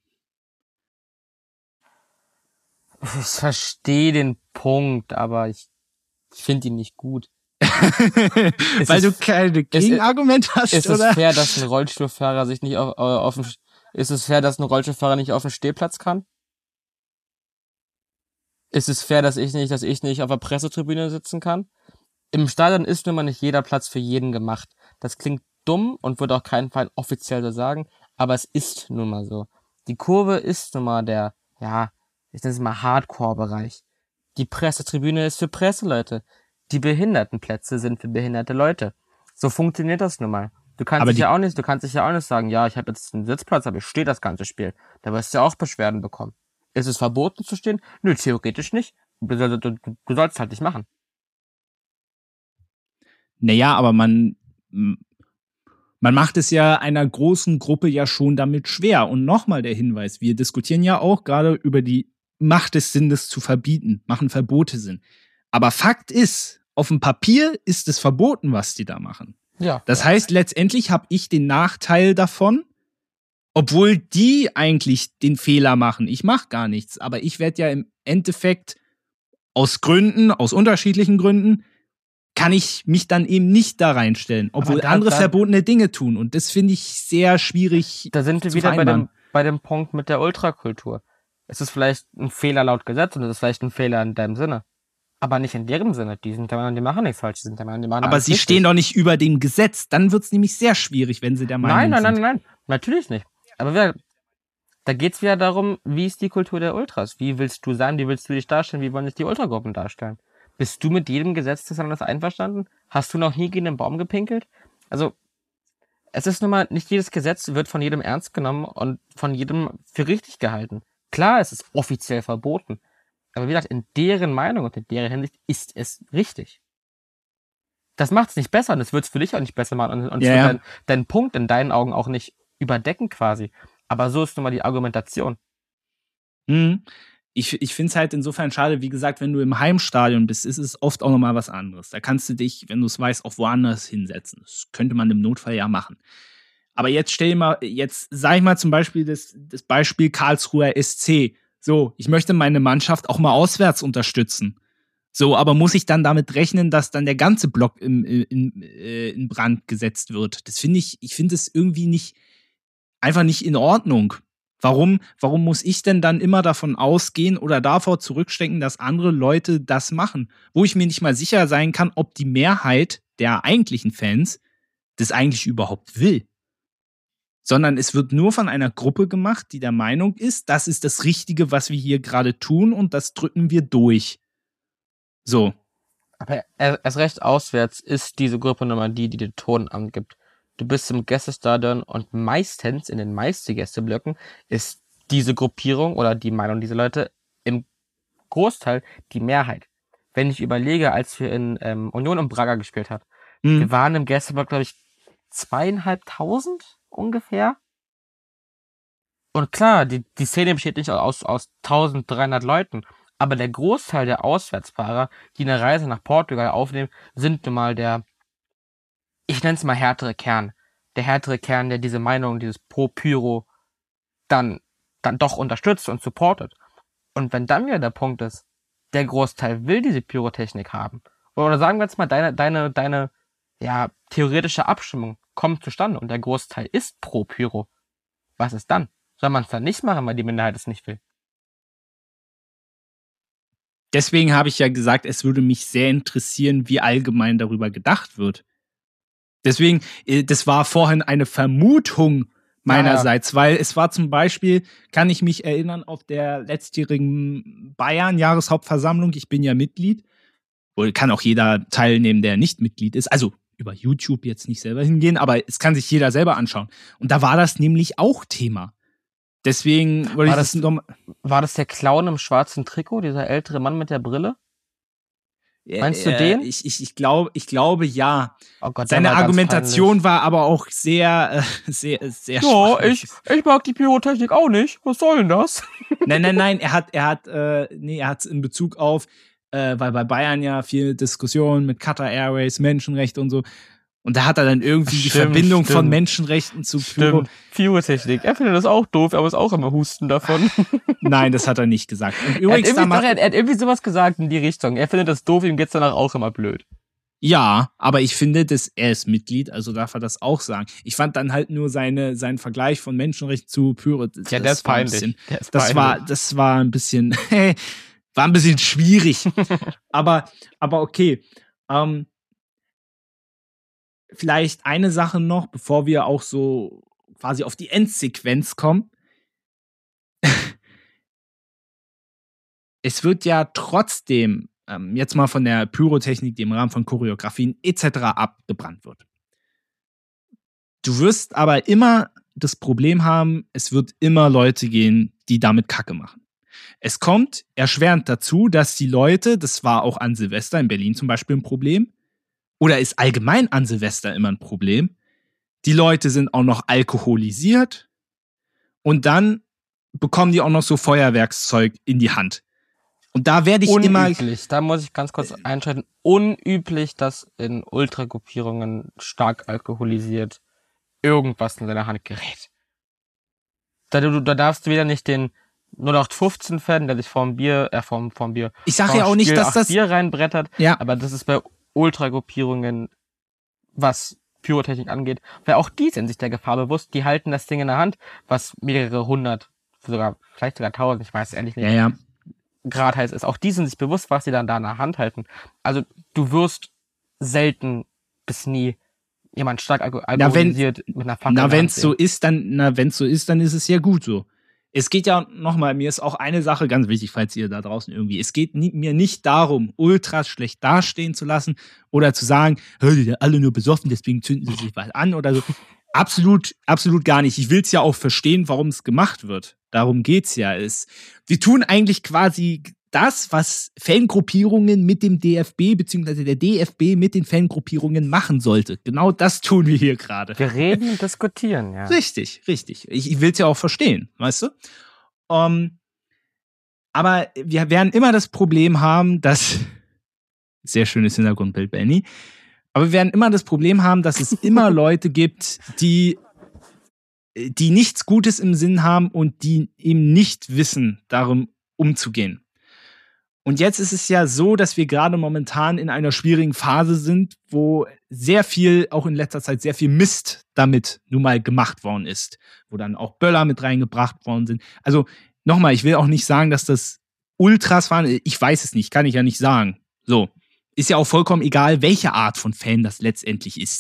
Ich verstehe den Punkt, aber ich finde ihn nicht gut. Weil du keine Gegenargumente hast, ist oder? Es fair, dass ein Rollstuhlfahrer sich nicht ist es fair, dass ein Rollstuhlfahrer nicht auf dem Stehplatz kann? Ist es fair, dass ich nicht auf der Pressetribüne sitzen kann? Im Stadion ist nun mal nicht jeder Platz für jeden gemacht. Das klingt dumm und würde auch keinen Fall offiziell so sagen, aber es ist nun mal so. Die Kurve ist nun mal der, ja, ich nenne es mal Hardcore-Bereich. Die Pressetribüne ist für Presseleute. Die Behindertenplätze sind für behinderte Leute. So funktioniert das nun mal. Du kannst dich ja auch nicht sagen, ja, ich habe jetzt einen Sitzplatz, aber ich stehe das ganze Spiel. Da wirst du ja auch Beschwerden bekommen. Ist es verboten zu stehen? Nö, theoretisch nicht. Du sollst es halt nicht machen. Naja, aber man macht es ja einer großen Gruppe ja schon damit schwer. Und nochmal der Hinweis, wir diskutieren ja auch gerade über die Macht des Sinnes zu verbieten, machen Verbote Sinn. Aber Fakt ist, auf dem Papier ist es verboten, was die da machen. Ja. Das heißt, letztendlich habe ich den Nachteil davon, obwohl die eigentlich den Fehler machen. Ich mache gar nichts, aber ich werde ja im Endeffekt aus unterschiedlichen Gründen, kann ich mich dann eben nicht da reinstellen, obwohl andere verbotene Dinge tun. Und das finde ich sehr schwierig. Da sind wir wieder bei dem Punkt mit der Ultrakultur. Es ist vielleicht ein Fehler laut Gesetz und es ist vielleicht ein Fehler in deinem Sinne. Aber nicht in deren Sinne. Die sind der Meinung, die machen nichts falsch. Die sind der Meinung, die machen aber sie richtig. Stehen doch nicht über dem Gesetz. Dann wird es nämlich sehr schwierig, wenn sie der Meinung sind. Nein. Natürlich nicht. Aber da geht's wieder darum, wie ist die Kultur der Ultras? Wie willst du sein? Wie willst du dich darstellen? Wie wollen sich die Ultragruppen darstellen? Bist du mit jedem Gesetz des Landes einverstanden? Hast du noch nie gegen den Baum gepinkelt? Also, es ist nun mal, nicht jedes Gesetz wird von jedem ernst genommen und von jedem für richtig gehalten. Klar, es ist offiziell verboten. Aber wie gesagt, in deren Meinung und in deren Hinsicht ist es richtig. Das macht es nicht besser und es wird es für dich auch nicht besser machen und es wird deinen Punkt in deinen Augen auch nicht überdecken quasi. Aber so ist nun mal die Argumentation. Ich finde es halt insofern schade, wie gesagt, wenn du im Heimstadion bist, ist es oft auch nochmal was anderes. Da kannst du dich, wenn du es weißt, auch woanders hinsetzen. Das könnte man im Notfall ja machen. Aber jetzt sag ich mal zum Beispiel das Beispiel Karlsruher SC. So, ich möchte meine Mannschaft auch mal auswärts unterstützen. So, aber muss ich dann damit rechnen, dass dann der ganze Block in Brand gesetzt wird? Das finde ich finde es irgendwie einfach nicht in Ordnung. Warum muss ich denn dann immer davon ausgehen oder davor zurückstecken, dass andere Leute das machen? Wo ich mir nicht mal sicher sein kann, ob die Mehrheit der eigentlichen Fans das eigentlich überhaupt will. sondern es wird nur von einer Gruppe gemacht, die der Meinung ist, das ist das Richtige, was wir hier gerade tun und das drücken wir durch. So. Aber erst recht auswärts ist diese Gruppe Nummer die den Ton angibt. Du bist im Gästestadion und meistens in den meisten Gästeblöcken ist diese Gruppierung oder die Meinung dieser Leute im Großteil die Mehrheit. Wenn ich überlege, als wir in Union und Braga gespielt haben, wir waren im Gästeblock, glaube ich, 2.500 ungefähr. Und klar, die Szene besteht nicht aus 1.300 Leuten, aber der Großteil der Auswärtsfahrer, die eine Reise nach Portugal aufnehmen, sind nun mal ich nenne es mal härtere Kern. Der härtere Kern, der diese Meinung, dieses Pro-Pyro dann doch unterstützt und supportet. Und wenn dann wieder der Punkt ist, der Großteil will diese Pyrotechnik haben, oder sagen wir jetzt mal, deine theoretische Abstimmung kommt zustande und der Großteil ist pro Pyro. Was ist dann? Soll man es dann nicht machen, weil die Minderheit es nicht will? Deswegen habe ich ja gesagt, es würde mich sehr interessieren, wie allgemein darüber gedacht wird. Deswegen, das war vorhin eine Vermutung meinerseits, weil es war zum Beispiel, kann ich mich erinnern, auf der letztjährigen Bayern-Jahreshauptversammlung, ich bin ja Mitglied, oder kann auch jeder teilnehmen, der nicht Mitglied ist, also über YouTube jetzt nicht selber hingehen, aber es kann sich jeder selber anschauen. Und da war das nämlich auch Thema. Deswegen wollte ich das nochmal. War das der Clown im schwarzen Trikot, dieser ältere Mann mit der Brille? Meinst du den? Ich glaube, ja. Oh Gott, seine Argumentation war aber auch sehr schwach. Ich mag die Pyrotechnik auch nicht. Was soll denn das? Nein. Er hat in Bezug auf, weil bei Bayern ja viel Diskussion mit Qatar Airways, Menschenrechte und so. Und da hat er dann irgendwie die Verbindung von Menschenrechten zu Pyrotechnik. Er findet das auch doof, aber ist auch immer Husten davon. Nein, das hat er nicht gesagt. Und übrigens er hat irgendwie sowas gesagt in die Richtung. Er findet das doof, ihm geht's danach auch immer blöd. Ja, aber ich finde, er ist Mitglied, also darf er das auch sagen. Ich fand dann halt nur seinen Vergleich von Menschenrechten zu Pyrotechnik. Ja, der ist peinlich. Das war ein bisschen, war ein bisschen schwierig. aber okay. Vielleicht eine Sache noch, bevor wir auch so quasi auf die Endsequenz kommen. Es wird ja trotzdem jetzt mal von der Pyrotechnik, die im Rahmen von Choreografien etc. abgebrannt wird. Du wirst aber immer das Problem haben, es wird immer Leute gehen, die damit Kacke machen. Es kommt erschwerend dazu, dass die Leute, das war auch an Silvester in Berlin zum Beispiel ein Problem, oder ist allgemein an Silvester immer ein Problem. Die Leute sind auch noch alkoholisiert und dann bekommen die auch noch so Feuerwerkszeug in die Hand. Und da werde ich unüblich, da muss ich ganz kurz einschalten, unüblich, dass in Ultragruppierungen stark alkoholisiert irgendwas in seiner Hand gerät. Da darfst du wieder nicht den 0815-Fan, der sich vom Bier, ich sage ja auch nicht, dass das Bier reinbrettert, ja. Aber das ist bei Ultragruppierungen, was Pyrotechnik angeht, weil auch die sind sich der Gefahr bewusst, die halten das Ding in der Hand, was mehrere hundert, vielleicht sogar 1.000, ich weiß ehrlich nicht, Grad heiß ist. Auch die sind sich bewusst, was sie dann da in der Hand halten. Also du wirst selten bis nie jemand stark alkoholisiert mit einer Fackel. Wenn es so ist, dann ist es ja gut so. Es geht ja nochmal, mir ist auch eine Sache ganz wichtig, falls ihr da draußen irgendwie, es geht mir nicht darum, Ultras schlecht dastehen zu lassen oder zu sagen, die sind alle nur besoffen, deswegen zünden sie sich was an oder so. Absolut gar nicht. Ich will es ja auch verstehen, warum es gemacht wird. Darum geht's ja. Wir tun eigentlich quasi das, was Fangruppierungen mit dem DFB, beziehungsweise der DFB mit den Fangruppierungen machen sollte. Genau das tun wir hier gerade. Wir reden und diskutieren, ja. Richtig. Ich will es ja auch verstehen, weißt du? Aber wir werden immer das Problem haben, dass sehr schönes Hintergrundbild, Benny. Aber wir werden immer das Problem haben, dass es immer Leute gibt, die nichts Gutes im Sinn haben und die eben nicht wissen, darum umzugehen. Und jetzt ist es ja so, dass wir gerade momentan in einer schwierigen Phase sind, wo sehr viel, auch in letzter Zeit, sehr viel Mist damit nun mal gemacht worden ist. Wo dann auch Böller mit reingebracht worden sind. Also nochmal, ich will auch nicht sagen, dass das Ultras waren. Ich weiß es nicht, kann ich ja nicht sagen. So. Ist ja auch vollkommen egal, welche Art von Fan das letztendlich ist.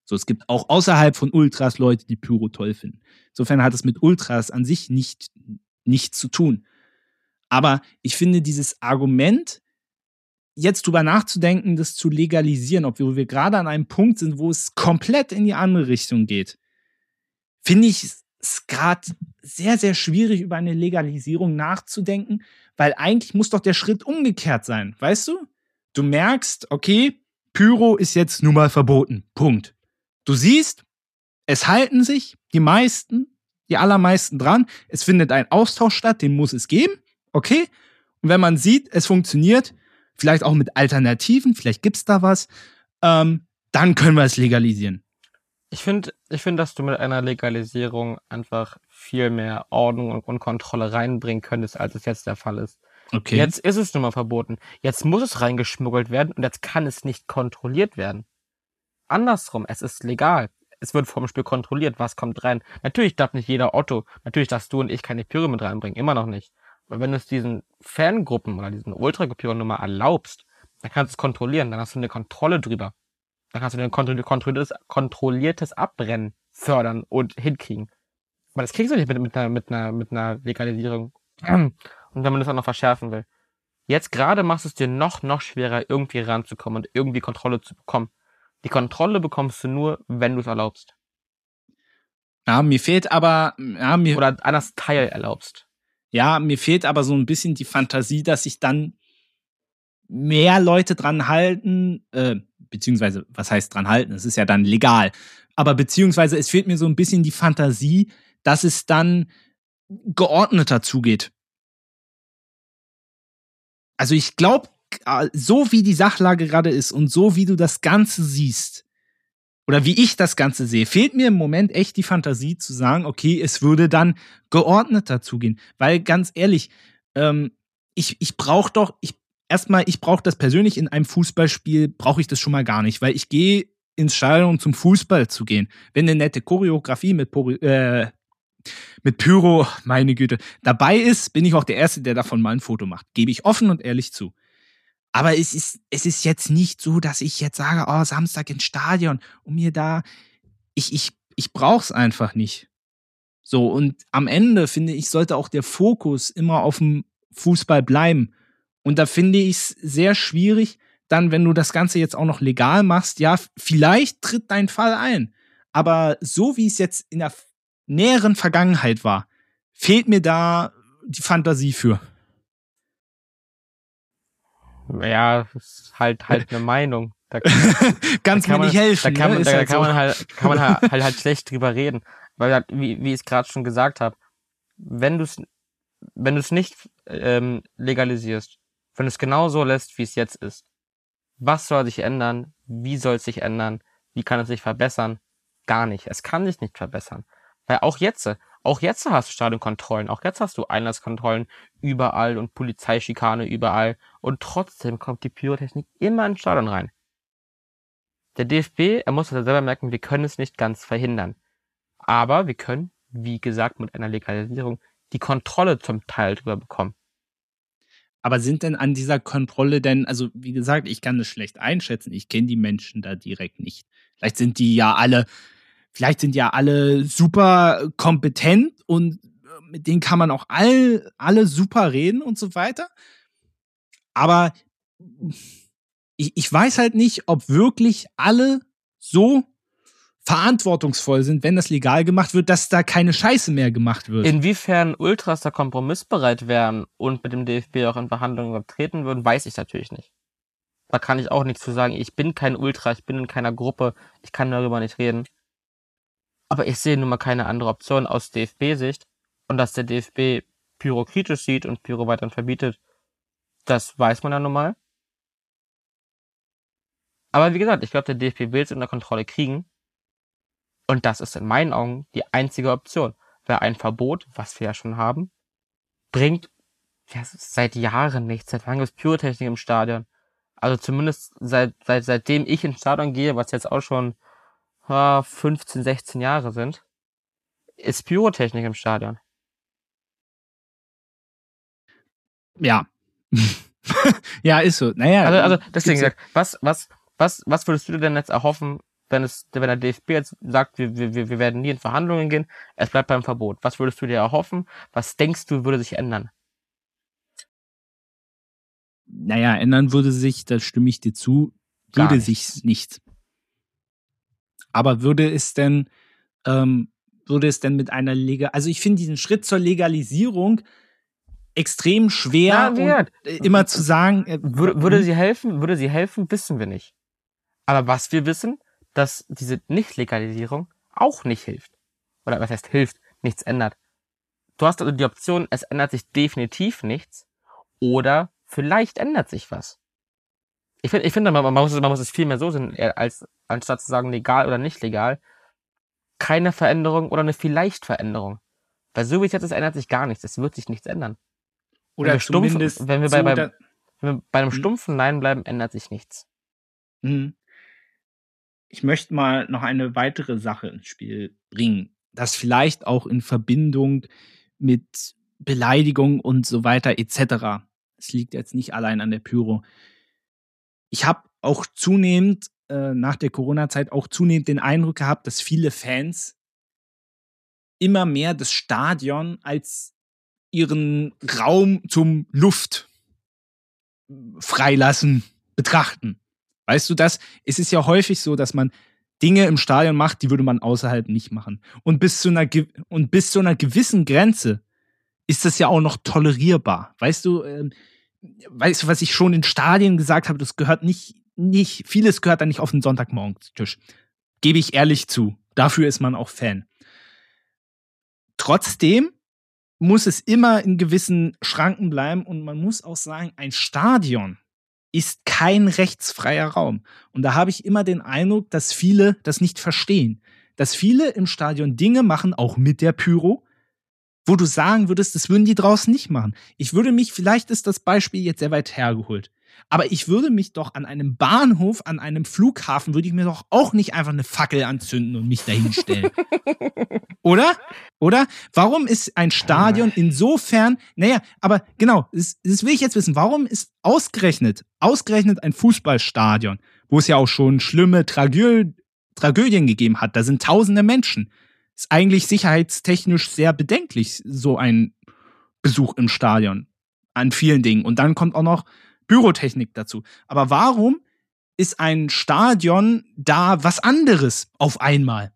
So, es gibt auch außerhalb von Ultras Leute, die Pyro toll finden. Insofern hat es mit Ultras an sich nichts zu tun. Aber ich finde dieses Argument, jetzt drüber nachzudenken, das zu legalisieren, obwohl wir gerade an einem Punkt sind, wo es komplett in die andere Richtung geht, finde ich es gerade sehr, sehr schwierig, über eine Legalisierung nachzudenken, weil eigentlich muss doch der Schritt umgekehrt sein, weißt du? Du merkst, okay, Pyro ist jetzt nun mal verboten, Punkt. Du siehst, es halten sich die allermeisten dran, es findet ein Austausch statt, den muss es geben, okay? Und wenn man sieht, es funktioniert, vielleicht auch mit Alternativen, vielleicht gibt's da was, dann können wir es legalisieren. Ich finde, dass du mit einer Legalisierung einfach viel mehr Ordnung und Kontrolle reinbringen könntest, als es jetzt der Fall ist. Okay. Jetzt ist es nun mal verboten. Jetzt muss es reingeschmuggelt werden und jetzt kann es nicht kontrolliert werden. Andersrum, es ist legal. Es wird vom Spiel kontrolliert, was kommt rein. Natürlich darf nicht jeder Otto, natürlich darfst du und ich keine Pyro mit reinbringen, immer noch nicht. Aber wenn du es diesen Fangruppen oder diesen Ultra-Gruppierungen nun mal erlaubst, dann kannst du es kontrollieren, dann hast du eine Kontrolle drüber. Dann kannst du ein kontrolliertes Abbrennen fördern und hinkriegen. Aber das kriegst du nicht mit einer Legalisierung. Und wenn man das auch noch verschärfen will. Jetzt gerade machst du es dir noch schwerer, irgendwie ranzukommen und irgendwie Kontrolle zu bekommen. Die Kontrolle bekommst du nur, wenn du es erlaubst. Ja, mir fehlt aber... Oder anders Teil erlaubst. Ja, mir fehlt aber so ein bisschen die Fantasie, dass sich dann mehr Leute dran halten, beziehungsweise, was heißt dran halten? Es ist ja dann legal. Aber beziehungsweise, es fehlt mir so ein bisschen die Fantasie, dass es dann geordneter zugeht. Also ich glaube, so wie die Sachlage gerade ist und so wie du das Ganze siehst, oder wie ich das Ganze sehe, fehlt mir im Moment echt die Fantasie zu sagen, okay, es würde dann geordneter zugehen. Weil ganz ehrlich, ich brauche das persönlich in einem Fußballspiel, brauche ich das schon mal gar nicht, weil ich gehe ins Stadion, zum Fußball zu gehen. Wenn eine nette Choreografie mit Pyro, meine Güte, dabei ist, bin ich auch der Erste, der davon mal ein Foto macht. Gebe ich offen und ehrlich zu. Aber es ist jetzt nicht so, dass ich jetzt sage, oh, Samstag ins Stadion und mir da, ich brauch's einfach nicht. So, und am Ende, finde ich, sollte auch der Fokus immer auf dem Fußball bleiben. Und da finde ich es sehr schwierig, dann, wenn du das Ganze jetzt auch noch legal machst, ja, vielleicht tritt dein Fall ein. Aber so wie es jetzt in der näheren Vergangenheit war, fehlt mir da die Fantasie für. Ja, das ist halt eine Meinung. Kannst mir nicht helfen. Da kann man halt schlecht drüber reden. Weil, wie ich es gerade schon gesagt habe, wenn du es nicht legalisierst, wenn du es genau so lässt, wie es jetzt ist, was soll sich ändern? Wie soll es sich ändern? Wie kann es sich verbessern? Gar nicht. Es kann sich nicht verbessern. Weil auch jetzt hast du Stadionkontrollen, auch jetzt hast du Einlasskontrollen überall und Polizeischikane überall und trotzdem kommt die Pyrotechnik immer ins Stadion rein. Der DFB, er muss das selber merken, wir können es nicht ganz verhindern. Aber wir können, wie gesagt, mit einer Legalisierung die Kontrolle zum Teil drüber bekommen. Aber sind denn an dieser Kontrolle denn, also wie gesagt, ich kann das schlecht einschätzen, ich kenne die Menschen da direkt nicht. Vielleicht sind ja alle super kompetent und mit denen kann man auch alle super reden und so weiter. Aber ich weiß halt nicht, ob wirklich alle so verantwortungsvoll sind, wenn das legal gemacht wird, dass da keine Scheiße mehr gemacht wird. Inwiefern Ultras da kompromissbereit wären und mit dem DFB auch in Verhandlungen übertreten würden, weiß ich natürlich nicht. Da kann ich auch nichts zu sagen. Ich bin kein Ultra, ich bin in keiner Gruppe, ich kann darüber nicht reden. Aber ich sehe nun mal keine andere Option aus DFB-Sicht. Und dass der DFB Pyro kritisch sieht und Pyro weiterhin verbietet, das weiß man ja nun mal. Aber wie gesagt, ich glaube, der DFB will es unter Kontrolle kriegen. Und das ist in meinen Augen die einzige Option. Weil ein Verbot, was wir ja schon haben, bringt seit Jahren nichts. Seit wann ist Pyrotechnik im Stadion? Also zumindest seitdem ich ins Stadion gehe, was jetzt auch schon 15, 16 Jahre sind, ist Pyrotechnik im Stadion. Ja. Ja, ist so. Naja. Also deswegen gesagt, was würdest du dir denn jetzt erhoffen, wenn der DFB jetzt sagt, wir werden nie in Verhandlungen gehen, es bleibt beim Verbot. Was würdest du dir erhoffen? Was denkst du, würde sich ändern? Naja, ändern würde sich, da stimme ich dir zu, würde sich nicht. Aber würde es denn mit einer also ich finde diesen Schritt zur Legalisierung extrem schwer, und immer zu sagen, würde sie helfen, wissen wir nicht. Aber was wir wissen, dass diese Nicht-Legalisierung auch nicht hilft. Oder was heißt hilft? Nichts ändert. Du hast also die Option, es ändert sich definitiv nichts oder vielleicht ändert sich was. Ich finde, man muss es viel mehr so sehen, als anstatt zu sagen legal oder nicht legal, keine Veränderung oder eine vielleicht Veränderung. Weil so wie es jetzt ist, ändert sich gar nichts. Es wird sich nichts ändern. Oder zumindest wenn wir bei einem stumpfen Nein bleiben, ändert sich nichts. Ich möchte mal noch eine weitere Sache ins Spiel bringen, das vielleicht auch in Verbindung mit Beleidigung und so weiter etc. Es liegt jetzt nicht allein an der Pyro. Ich habe auch zunehmend nach der Corona-Zeit auch zunehmend den Eindruck gehabt, dass viele Fans immer mehr das Stadion als ihren Raum zum Luft freilassen betrachten. Weißt du das? Es ist ja häufig so, dass man Dinge im Stadion macht, die würde man außerhalb nicht machen. Und bis zu einer gewissen Grenze ist das ja auch noch tolerierbar. Weißt du, was ich schon in Stadien gesagt habe, das gehört nicht, vieles gehört da nicht auf den Sonntagmorgen-Tisch. Gebe ich ehrlich zu. Dafür ist man auch Fan. Trotzdem muss es immer in gewissen Schranken bleiben, und man muss auch sagen, ein Stadion ist kein rechtsfreier Raum. Und da habe ich immer den Eindruck, dass viele das nicht verstehen. Dass viele im Stadion Dinge machen, auch mit der Pyro, wo du sagen würdest, das würden die draußen nicht machen. Vielleicht ist das Beispiel jetzt sehr weit hergeholt, aber ich würde mich doch an einem Bahnhof, an einem Flughafen, würde ich mir doch auch nicht einfach eine Fackel anzünden und mich dahin stellen. Oder? Warum ist ein Stadion insofern, aber genau, das will ich jetzt wissen, warum ist ausgerechnet ein Fußballstadion, wo es ja auch schon schlimme Tragödien gegeben hat, da sind tausende Menschen, ist eigentlich sicherheitstechnisch sehr bedenklich, so ein Besuch im Stadion an vielen Dingen. Und dann kommt auch noch Pyrotechnik dazu. Aber warum ist ein Stadion da was anderes auf einmal?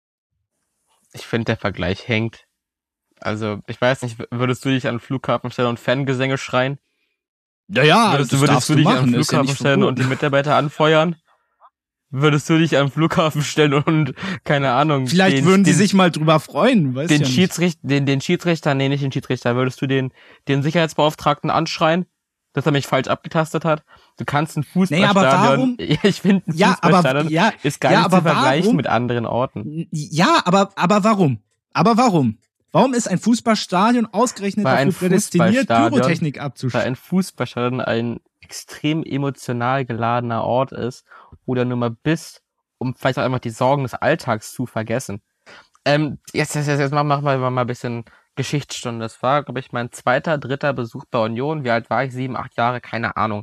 Ich finde, der Vergleich hängt. Also, ich weiß nicht, würdest du dich an den Flughafen stellen und Fangesänge schreien? Naja, würdest du dich an den Flughafen stellen und die Mitarbeiter anfeuern? Würdest du dich am Flughafen stellen und, keine Ahnung... Vielleicht würden die sich mal drüber freuen, weißt du? Den Schiedsrichter, nicht den Schiedsrichter, würdest du den Sicherheitsbeauftragten anschreien, dass er mich falsch abgetastet hat? Du kannst ein Fußballstadion... Ich finde, ein Fußballstadion ist gar nicht zu vergleichen mit anderen Orten. Ja, aber warum? Warum ist ein Fußballstadion ausgerechnet dafür prädestiniert, Pyrotechnik abzuschießen? Weil ein Fußballstadion ein extrem emotional geladener Ort ist, wo du nur mal bist, um vielleicht auch einfach die Sorgen des Alltags zu vergessen. Jetzt machen wir mal ein bisschen Geschichtsstunde. Das war, glaube ich, mein 2., 3. Besuch bei Union. Wie alt war ich? 7, 8 Jahre? Keine Ahnung.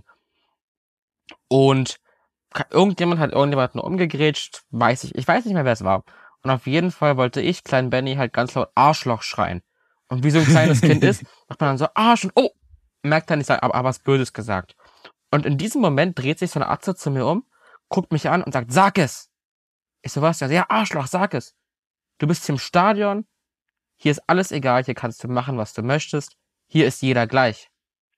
Und irgendjemand hat irgendjemanden umgegrätscht. Ich weiß nicht mehr, wer es war. Und auf jeden Fall wollte ich, klein Benny, halt ganz laut Arschloch schreien. Und wie so ein kleines Kind ist, macht man dann so Arsch und oh! Merkt dann, ich sage, aber was Böses gesagt. Und in diesem Moment dreht sich so eine Atze zu mir um, guckt mich an und sagt, sag es! Ich so, was? Ja, Arschloch, sag es! Du bist hier im Stadion, hier ist alles egal, hier kannst du machen, was du möchtest, hier ist jeder gleich.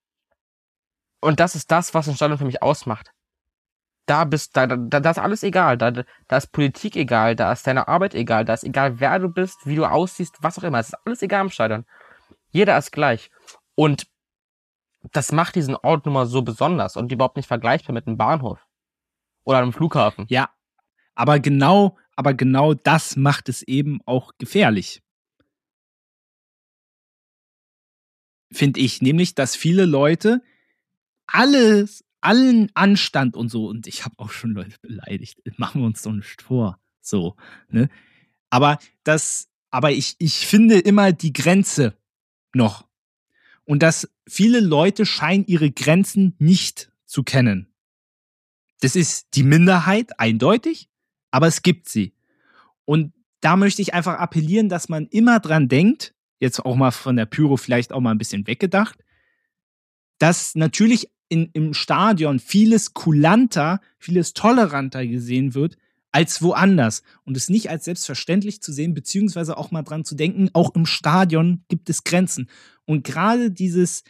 Und das ist das, was ein Stadion für mich ausmacht. Da ist alles egal, da ist Politik egal, da ist deine Arbeit egal, da ist egal, wer du bist, wie du aussiehst, was auch immer, es ist alles egal im Stadion. Jeder ist gleich. Und das macht diesen Ort nun mal so besonders und überhaupt nicht vergleichbar mit einem Bahnhof oder einem Flughafen. Ja, aber genau das macht es eben auch gefährlich. Finde ich, nämlich, dass viele Leute allen Anstand und so, und ich habe auch schon Leute beleidigt, machen wir uns doch nicht vor, so, ne? Aber ich finde immer die Grenze noch. Und dass viele Leute scheinen ihre Grenzen nicht zu kennen. Das ist die Minderheit, eindeutig. aber es gibt sie. Und da möchte ich einfach appellieren, dass man immer dran denkt, jetzt auch mal von der Pyro vielleicht auch mal ein bisschen weggedacht, dass natürlich im Stadion vieles kulanter, vieles toleranter gesehen wird als woanders. Und es nicht als selbstverständlich zu sehen, beziehungsweise auch mal dran zu denken, auch im Stadion gibt es Grenzen. Und gerade dieses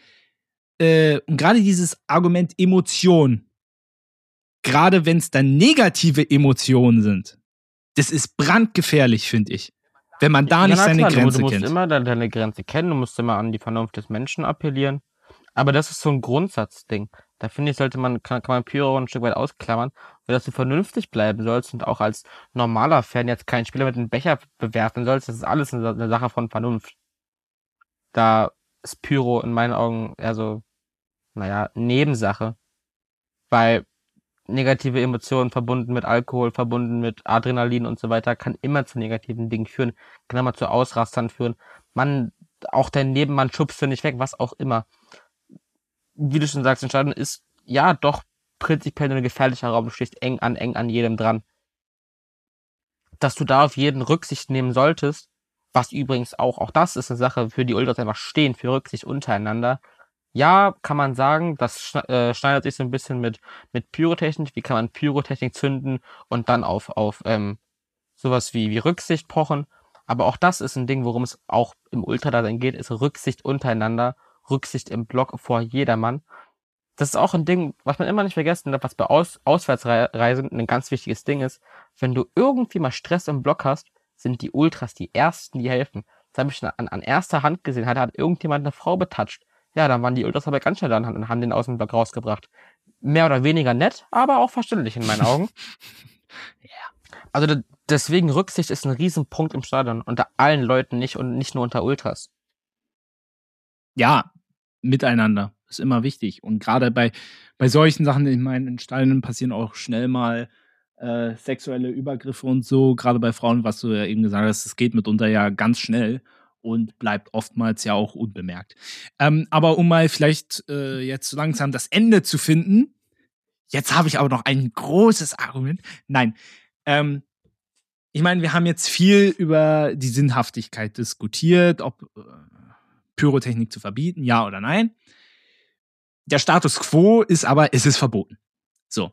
Argument Emotion, gerade wenn es dann negative Emotionen sind, das ist brandgefährlich, finde ich. Wenn man da nicht seine Grenze kennt. Du musst immer deine Grenze kennen, du musst immer an die Vernunft des Menschen appellieren. Aber das ist so ein Grundsatzding. Da finde ich, kann man Pyro ein Stück weit ausklammern, weil dass du vernünftig bleiben sollst und auch als normaler Fan jetzt keinen Spieler mit einem Becher bewerfen sollst. Das ist alles eine Sache von Vernunft. Da ist Pyro in meinen Augen eher so, Nebensache. Weil negative Emotionen verbunden mit Alkohol, verbunden mit Adrenalin und so weiter, kann immer zu negativen Dingen führen, kann immer zu Ausrastern führen. Auch dein Nebenmann schubst du nicht weg, was auch immer. Wie du schon sagst, ein Stadion ist ja doch prinzipiell ein gefährlicher Raum. Du stehst eng an jedem dran. Dass du da auf jeden Rücksicht nehmen solltest, was übrigens auch das ist eine Sache, für die Ultras einfach stehen, für Rücksicht untereinander. Ja, kann man sagen, das schneidet sich so ein bisschen mit Pyrotechnik. Wie kann man Pyrotechnik zünden und dann auf sowas wie Rücksicht pochen. Aber auch das ist ein Ding, worum es auch im Ultradasein geht, ist Rücksicht untereinander, Rücksicht im Block vor jedermann. Das ist auch ein Ding, was man immer nicht vergessen darf, was bei Auswärtsreisen ein ganz wichtiges Ding ist. Wenn du irgendwie mal Stress im Block hast, sind die Ultras die Ersten, die helfen. Das habe ich schon an erster Hand gesehen. Hat irgendjemand eine Frau betatscht. Ja, dann waren die Ultras aber ganz schnell da und haben den aus dem Block rausgebracht. Mehr oder weniger nett, aber auch verständlich in meinen Augen. Ja. Also deswegen Rücksicht ist ein Riesenpunkt im Stadion. Unter allen Leuten nicht und nicht nur unter Ultras. Ja, miteinander ist immer wichtig. Und gerade bei solchen Sachen, ich meine, in Stadien passieren auch schnell mal sexuelle Übergriffe und so. Gerade bei Frauen, was du ja eben gesagt hast, es geht mitunter ja ganz schnell und bleibt oftmals ja auch unbemerkt. Aber um mal vielleicht jetzt so langsam das Ende zu finden, jetzt habe ich aber noch ein großes Argument. Nein, ich meine, wir haben jetzt viel über die Sinnhaftigkeit diskutiert, ob Pyrotechnik zu verbieten, ja oder nein. Der Status quo ist aber, es ist verboten. So.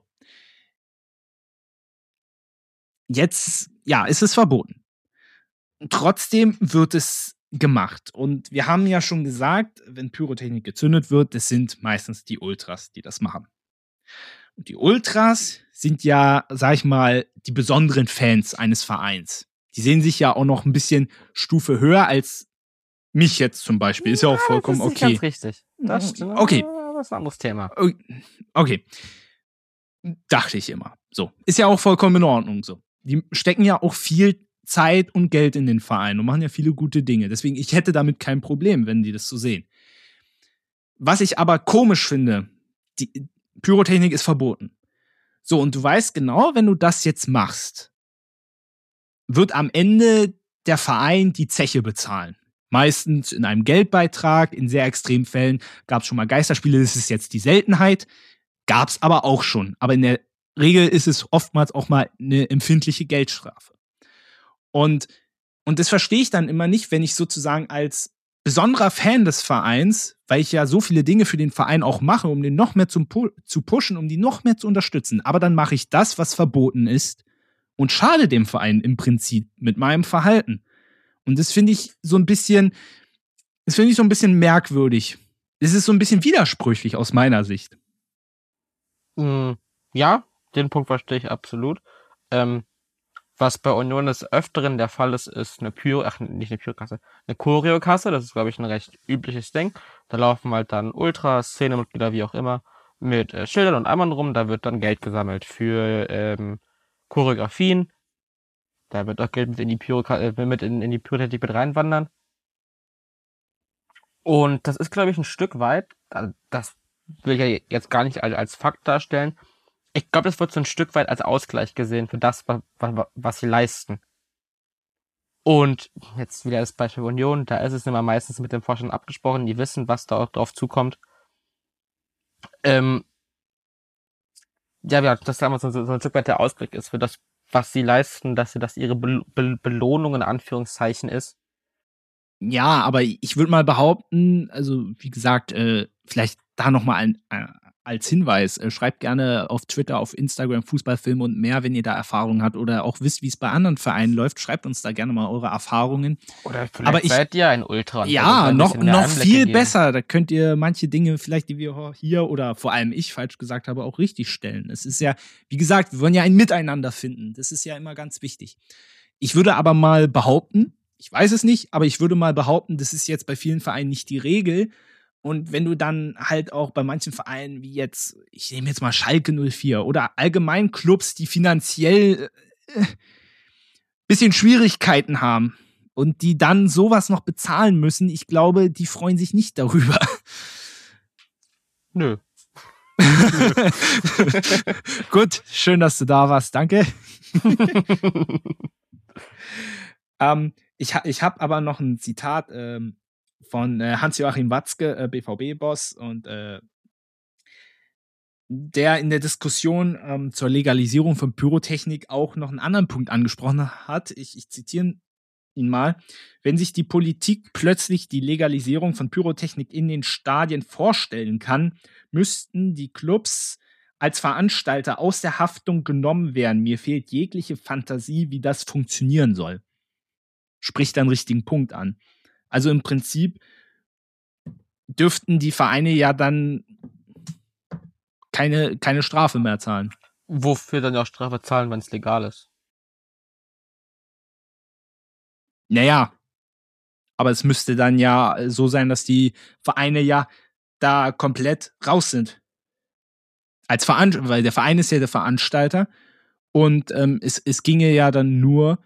Jetzt, ja, ist es verboten. Trotzdem wird es gemacht. Und wir haben ja schon gesagt, wenn Pyrotechnik gezündet wird, das sind meistens die Ultras, die das machen. Und die Ultras sind ja, sag ich mal, die besonderen Fans eines Vereins. Die sehen sich ja auch noch ein bisschen Stufe höher als mich jetzt zum Beispiel. Ist ja auch vollkommen okay. Das ist ganz richtig. Das stimmt. Okay. Das ist ein anderes Thema. Okay. Dachte ich immer. So. Ist ja auch vollkommen in Ordnung so. Die stecken ja auch viel Zeit und Geld in den Verein und machen ja viele gute Dinge. Deswegen, ich hätte damit kein Problem, wenn die das so sehen. Was ich aber komisch finde, die Pyrotechnik ist verboten. So, und du weißt genau, wenn du das jetzt machst, wird am Ende der Verein die Zeche bezahlen. Meistens in einem Geldbeitrag, in sehr extremen Fällen gab es schon mal Geisterspiele, das ist jetzt die Seltenheit, gab es aber auch schon. Aber in der Regel ist es oftmals auch mal eine empfindliche Geldstrafe. Und das verstehe ich dann immer nicht, wenn ich sozusagen als besonderer Fan des Vereins, weil ich ja so viele Dinge für den Verein auch mache, um den noch mehr zu pushen, um die noch mehr zu unterstützen. Aber dann mache ich das, was verboten ist und schade dem Verein im Prinzip mit meinem Verhalten. Und das finde ich so ein bisschen merkwürdig. Es ist so ein bisschen widersprüchlich aus meiner Sicht. Ja, den Punkt verstehe ich absolut. Was bei Union des Öfteren der Fall ist eine eine Choreokasse. Das ist, glaube ich, ein recht übliches Ding. Da laufen halt dann Ultras, Szenemitglieder, wie auch immer, mit Schildern und Eimern rum. Da wird dann Geld gesammelt für Choreografien. Da wird auch Geld mit in die Pyrotechnik mit reinwandern. Und das ist, glaube ich, ein Stück weit, das will ich ja jetzt gar nicht als Fakt darstellen. Ich glaube, das wird so ein Stück weit als Ausgleich gesehen für das, was sie leisten. Und jetzt wieder das Beispiel Union, da ist es immer meistens mit dem Vorstand abgesprochen, die wissen, was da drauf zukommt. Ja, dass da so ein Stück weit der Ausblick ist für das, was sie leisten, dass ihre Belohnung in Anführungszeichen ist. Ja, aber ich würde mal behaupten, also wie gesagt, vielleicht da nochmal als Hinweis, schreibt gerne auf Twitter, auf Instagram Fußballfilme und mehr, wenn ihr da Erfahrungen habt oder auch wisst, wie es bei anderen Vereinen läuft. Schreibt uns da gerne mal eure Erfahrungen. Oder vielleicht seid ihr ein Ultra. Und ja, noch viel besser. Da könnt ihr manche Dinge vielleicht, die wir hier oder vor allem ich falsch gesagt habe, auch richtig stellen. Es ist ja, wie gesagt, wir wollen ja ein Miteinander finden. Das ist ja immer ganz wichtig. Ich würde aber mal behaupten, ich weiß es nicht, aber ich würde mal behaupten, das ist jetzt bei vielen Vereinen nicht die Regel. Und wenn du dann halt auch bei manchen Vereinen wie jetzt, ich nehme jetzt mal Schalke 04 oder allgemein Clubs, die finanziell bisschen Schwierigkeiten haben und die dann sowas noch bezahlen müssen, ich glaube, die freuen sich nicht darüber. Nö. Gut, schön, dass du da warst. Danke. Ich habe aber noch ein Zitat von Hans-Joachim Watzke, BVB-Boss, und der in der Diskussion zur Legalisierung von Pyrotechnik auch noch einen anderen Punkt angesprochen hat. Ich zitiere ihn mal. Wenn sich die Politik plötzlich die Legalisierung von Pyrotechnik in den Stadien vorstellen kann, müssten die Clubs als Veranstalter aus der Haftung genommen werden. Mir fehlt jegliche Fantasie, wie das funktionieren soll. Spricht einen richtigen Punkt an. Also im Prinzip dürften die Vereine ja dann keine Strafe mehr zahlen. Wofür dann auch Strafe zahlen, wenn es legal ist? Naja, aber es müsste dann ja so sein, dass die Vereine ja da komplett raus sind. Weil der Verein ist ja der Veranstalter und es ginge ja dann nur.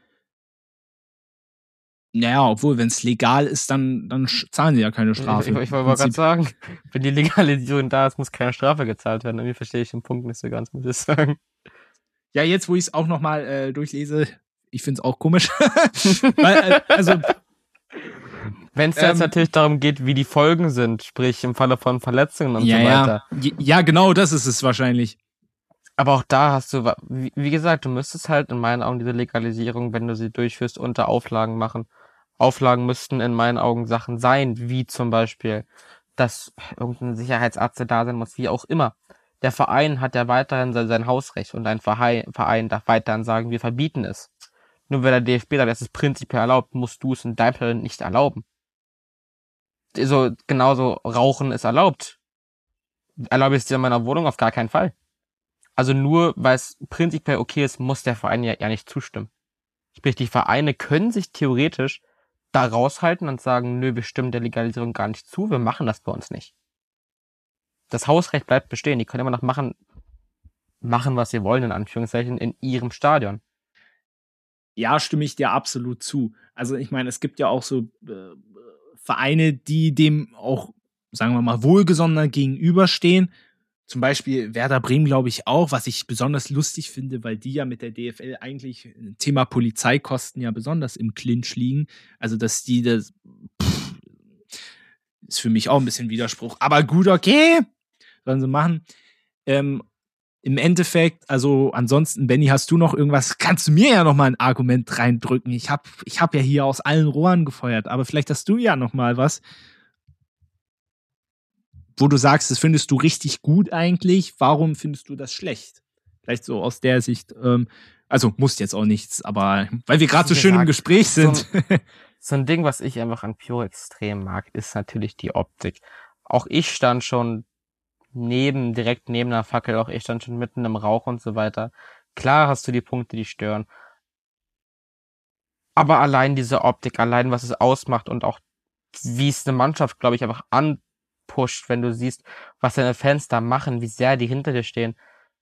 Naja, obwohl, wenn es legal ist, dann zahlen sie ja keine Strafe. Ich wollte mal gerade sagen, wenn die Legalisierung da ist, muss keine Strafe gezahlt werden. Irgendwie verstehe ich den Punkt nicht so ganz, muss ich sagen. Ja, jetzt, wo ich es auch nochmal durchlese, ich finde es auch komisch. Weil, wenn es jetzt natürlich darum geht, wie die Folgen sind, sprich im Falle von Verletzungen und so weiter. Ja, genau, das ist es wahrscheinlich. Aber auch da hast du, wie gesagt, du müsstest halt in meinen Augen diese Legalisierung, wenn du sie durchführst, unter Auflagen machen. Auflagen müssten in meinen Augen Sachen sein, wie zum Beispiel, dass irgendein Sicherheitsarzt da sein muss, wie auch immer. Der Verein hat ja weiterhin sein Hausrecht und ein Verein darf weiterhin sagen, wir verbieten es. Nur wenn der DFB sagt, es ist prinzipiell erlaubt, musst du es in deinem Fall nicht erlauben. So, genauso Rauchen ist erlaubt. Erlaube ich es dir in meiner Wohnung auf gar keinen Fall. Also nur, weil es prinzipiell okay ist, muss der Verein ja nicht zustimmen. Sprich, die Vereine können sich theoretisch da raushalten und sagen, nö, wir stimmen der Legalisierung gar nicht zu, wir machen das bei uns nicht. Das Hausrecht bleibt bestehen, die können immer noch machen, was sie wollen, in Anführungszeichen, in ihrem Stadion. Ja, stimme ich dir absolut zu. Also ich meine, es gibt ja auch so Vereine, die dem auch, sagen wir mal, wohlgesonnener gegenüberstehen. Zum Beispiel Werder Bremen, glaube ich, auch, was ich besonders lustig finde, weil die ja mit der DFL eigentlich Thema Polizeikosten ja besonders im Clinch liegen. Also, dass die das ist für mich auch ein bisschen Widerspruch. Aber gut, okay, sollen sie machen. Im Endeffekt, also ansonsten, Benny, hast du noch irgendwas? Kannst du mir ja noch mal ein Argument reindrücken? Ich hab ja hier aus allen Rohren gefeuert, aber vielleicht hast du ja noch mal was, wo du sagst, das findest du richtig gut eigentlich. Warum findest du das schlecht? Vielleicht so aus der Sicht, also musst jetzt auch nichts, aber weil wir gerade so schön im Gespräch sind. So ein Ding, was ich einfach an Pyro extrem mag, ist natürlich die Optik. Auch ich stand schon direkt neben der Fackel, auch ich stand schon mitten im Rauch und so weiter. Klar hast du die Punkte, die stören. Aber allein diese Optik, allein was es ausmacht und auch wie es eine Mannschaft, glaube ich, einfach anpusht, wenn du siehst, was deine Fans da machen, wie sehr die hinter dir stehen.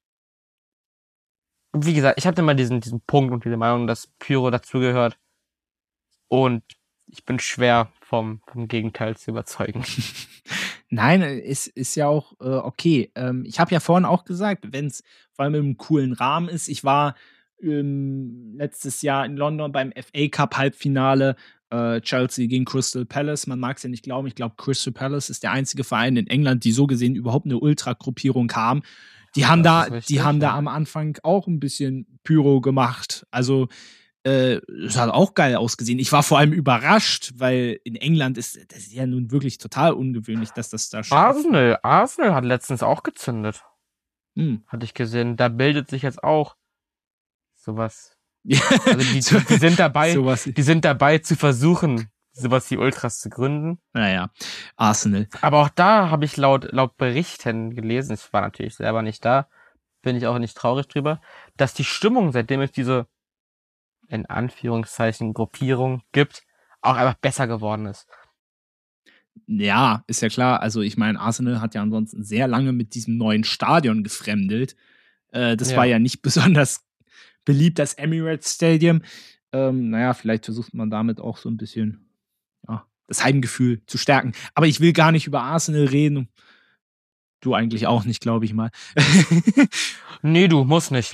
Wie gesagt, ich habe immer diesen Punkt und diese Meinung, dass Pyro dazugehört. Und ich bin schwer vom Gegenteil zu überzeugen. Nein, es ist ja auch okay. Ich habe ja vorhin auch gesagt, wenn es vor allem im coolen Rahmen ist. Ich war letztes Jahr in London beim FA Cup Halbfinale. Chelsea gegen Crystal Palace. Man mag es ja nicht glauben. Ich glaube, Crystal Palace ist der einzige Verein in England, die so gesehen überhaupt eine Ultra-Gruppierung haben, Die haben Das ist da richtig, ja. am Anfang auch ein bisschen Pyro gemacht. Also, es hat auch geil ausgesehen. Ich war vor allem überrascht, weil in England ist das ja nun wirklich total ungewöhnlich, dass das da stattfindet. Arsenal hat letztens auch gezündet. Hm. Hatte ich gesehen. Da bildet sich jetzt auch sowas. Ja, Also die sind dabei, sowas. die sind dabei zu versuchen, sowas wie Ultras zu gründen. Naja, Arsenal. Aber auch da habe ich laut Berichten gelesen, ich war natürlich selber nicht da, bin ich auch nicht traurig drüber, dass die Stimmung, seitdem es diese, in Anführungszeichen, Gruppierung gibt, auch einfach besser geworden ist. Ja, ist ja klar. Also, ich meine, Arsenal hat ja ansonsten sehr lange mit diesem neuen Stadion gefremdelt. Das war ja nicht besonders beliebt, das Emirates Stadium. Naja, vielleicht versucht man damit auch so ein bisschen das Heimgefühl zu stärken. Aber ich will gar nicht über Arsenal reden. Du eigentlich auch nicht, glaube ich mal. Nee, du, muss nicht.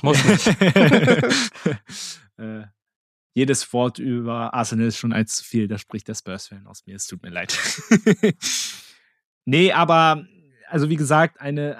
Jedes Wort über Arsenal ist schon als zu viel. Da spricht der Spurs-Fan aus mir. Es tut mir leid. Nee, aber, also wie gesagt,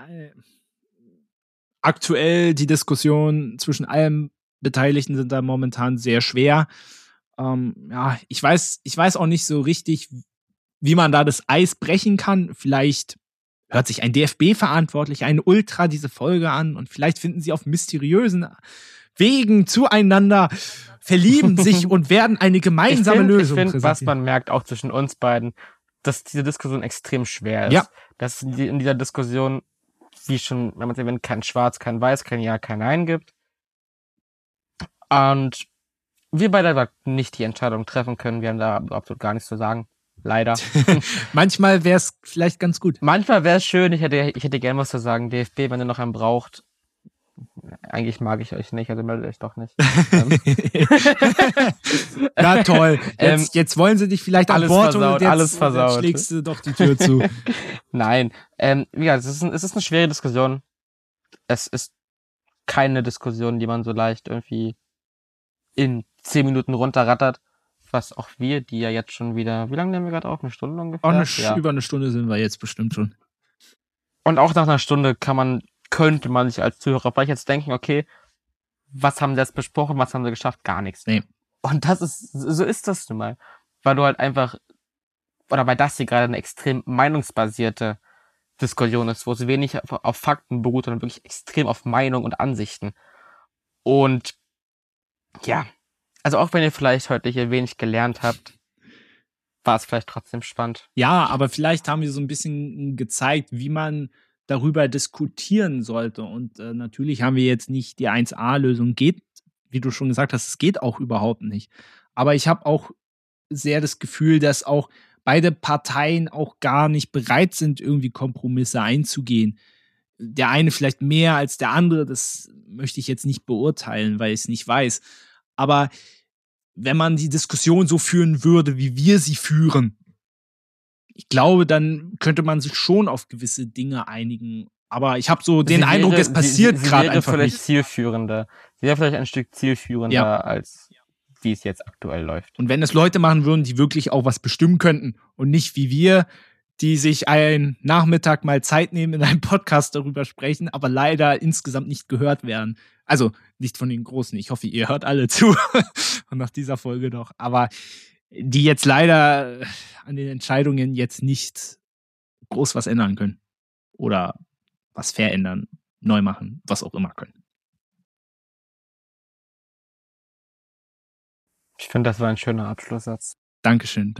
aktuell die Diskussion zwischen allen Beteiligten sind da momentan sehr schwer. Ja, ich weiß auch nicht so richtig, wie man da das Eis brechen kann. Vielleicht hört sich ein DFB-Verantwortlicher, ein Ultra diese Folge an und vielleicht finden sie auf mysteriösen Wegen zueinander, verlieben sich und werden eine gemeinsame Lösung präsentieren. Was man merkt, auch zwischen uns beiden, dass diese Diskussion extrem schwer ist. Ja. Dass in dieser Diskussion, wie schon, wenn man sagt, kein Schwarz, kein Weiß, kein Ja, kein Nein gibt. Und wir beide nicht die Entscheidung treffen können. Wir haben da absolut gar nichts zu sagen. Leider. Manchmal wäre es vielleicht ganz gut. Manchmal wäre es schön. Ich hätte gern was zu sagen. DFB, wenn ihr noch einen braucht. Eigentlich mag ich euch nicht, also meldet euch doch nicht. Na toll. Jetzt wollen sie dich vielleicht an Bord und alles versaut. Jetzt schlägst du doch die Tür zu. Nein. Ja, es ist eine schwere Diskussion. Es ist keine Diskussion, die man so leicht irgendwie in 10 Minuten runterrattert. Was auch wir, die ja jetzt schon wieder, wie lange nehmen wir gerade auf? Eine Stunde ungefähr? Über eine Stunde sind wir jetzt bestimmt schon. Und auch nach einer Stunde könnte man sich als Zuhörer vielleicht jetzt denken, okay, was haben sie jetzt besprochen, was haben sie geschafft? Gar nichts. Nee. Und so ist das nun mal. Weil du halt einfach, oder weil das hier gerade eine extrem meinungsbasierte Diskussion ist, wo es wenig auf Fakten beruht, sondern wirklich extrem auf Meinung und Ansichten. Und ja, also auch wenn ihr vielleicht heute hier wenig gelernt habt, war es vielleicht trotzdem spannend. Ja, aber vielleicht haben wir so ein bisschen gezeigt, wie man darüber diskutieren sollte. Und natürlich haben wir jetzt nicht die 1A-Lösung. Geht, wie du schon gesagt hast, es geht auch überhaupt nicht. Aber ich habe auch sehr das Gefühl, dass auch beide Parteien auch gar nicht bereit sind, irgendwie Kompromisse einzugehen. Der eine vielleicht mehr als der andere, das möchte ich jetzt nicht beurteilen, weil ich es nicht weiß. Aber wenn man die Diskussion so führen würde, wie wir sie führen, ich glaube, dann könnte man sich schon auf gewisse Dinge einigen. Aber ich habe so den Eindruck, es passiert gerade einfach vielleicht nicht. Sie wäre vielleicht ein Stück zielführender, als wie es jetzt aktuell läuft. Und wenn es Leute machen würden, die wirklich auch was bestimmen könnten und nicht wie wir, die sich einen Nachmittag mal Zeit nehmen, in einem Podcast darüber sprechen, aber leider insgesamt nicht gehört werden. Also nicht von den Großen. Ich hoffe, ihr hört alle zu. Und nach dieser Folge doch. Aber die jetzt leider an den Entscheidungen jetzt nicht groß was ändern können. Oder was verändern, neu machen, was auch immer können. Ich finde, das war ein schöner Abschlusssatz. Dankeschön.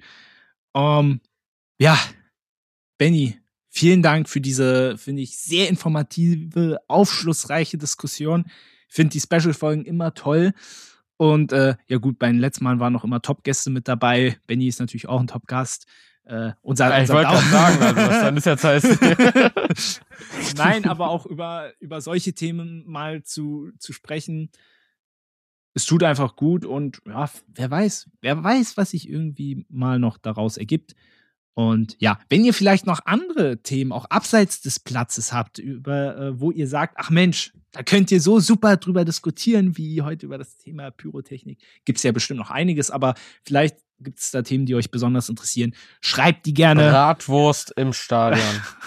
Ja, Benni, vielen Dank für diese, finde ich, sehr informative, aufschlussreiche Diskussion. Ich finde die Special-Folgen immer toll. Und ja gut, beim letzten Mal waren noch immer Top-Gäste mit dabei. Benni ist natürlich auch ein Top-Gast. Ich wollte gerade sagen, also, was dann ist jetzt heißt. Nein, aber auch über solche Themen mal zu sprechen. Es tut einfach gut und ja, wer weiß, was sich irgendwie mal noch daraus ergibt. Und ja, wenn ihr vielleicht noch andere Themen auch abseits des Platzes habt, wo ihr sagt, ach Mensch, da könnt ihr so super drüber diskutieren, wie heute über das Thema Pyrotechnik. Gibt es ja bestimmt noch einiges, aber vielleicht gibt es da Themen, die euch besonders interessieren. Schreibt die gerne. Bratwurst im Stadion.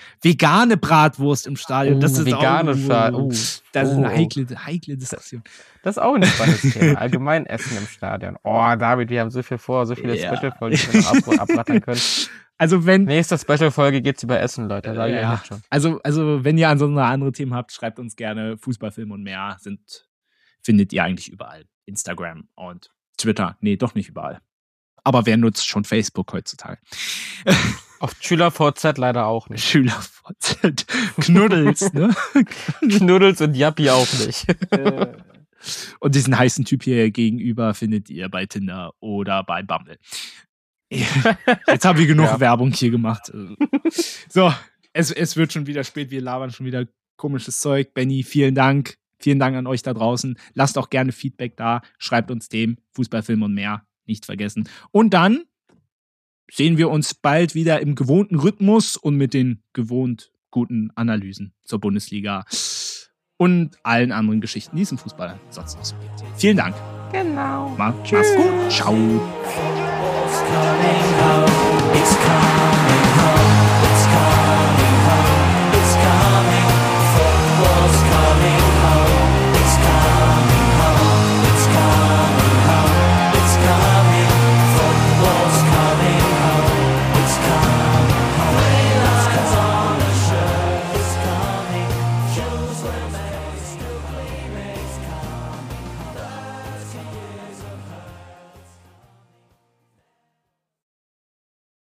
Vegane Bratwurst im Stadion. Das ist vegane auch, das ist eine heikle Diskussion. Das ist auch ein spannendes Thema. Allgemein Essen im Stadion. Oh, David, wir haben so viel vor, so viele Special-Folgen, die wir noch abrattern können. Also nächste Special-Folge geht's über Essen, Leute. Sag ich euch schon. Also wenn ihr ansonsten noch andere Themen habt, schreibt uns gerne. Fußballfilm und mehr findet ihr eigentlich überall. Instagram und Twitter. Nee, doch nicht überall. Aber wer nutzt schon Facebook heutzutage? Auf SchülerVZ leider auch nicht. SchülerVZ. Knuddels, ne? Knuddels und Yappi auch nicht. Und diesen heißen Typ hier gegenüber findet ihr bei Tinder oder bei Bumble. Jetzt haben wir genug Werbung hier gemacht. So, es wird schon wieder spät. Wir labern schon wieder komisches Zeug. Benni, vielen Dank. Vielen Dank an euch da draußen. Lasst auch gerne Feedback da. Schreibt uns Themen, Fußballfilm und mehr. Nicht vergessen. Und dann sehen wir uns bald wieder im gewohnten Rhythmus und mit den gewohnt guten Analysen zur Bundesliga und allen anderen Geschichten, die es im Fußball sonst noch so gibt. Vielen Dank. Genau. Mach's gut. Ciao. It's coming.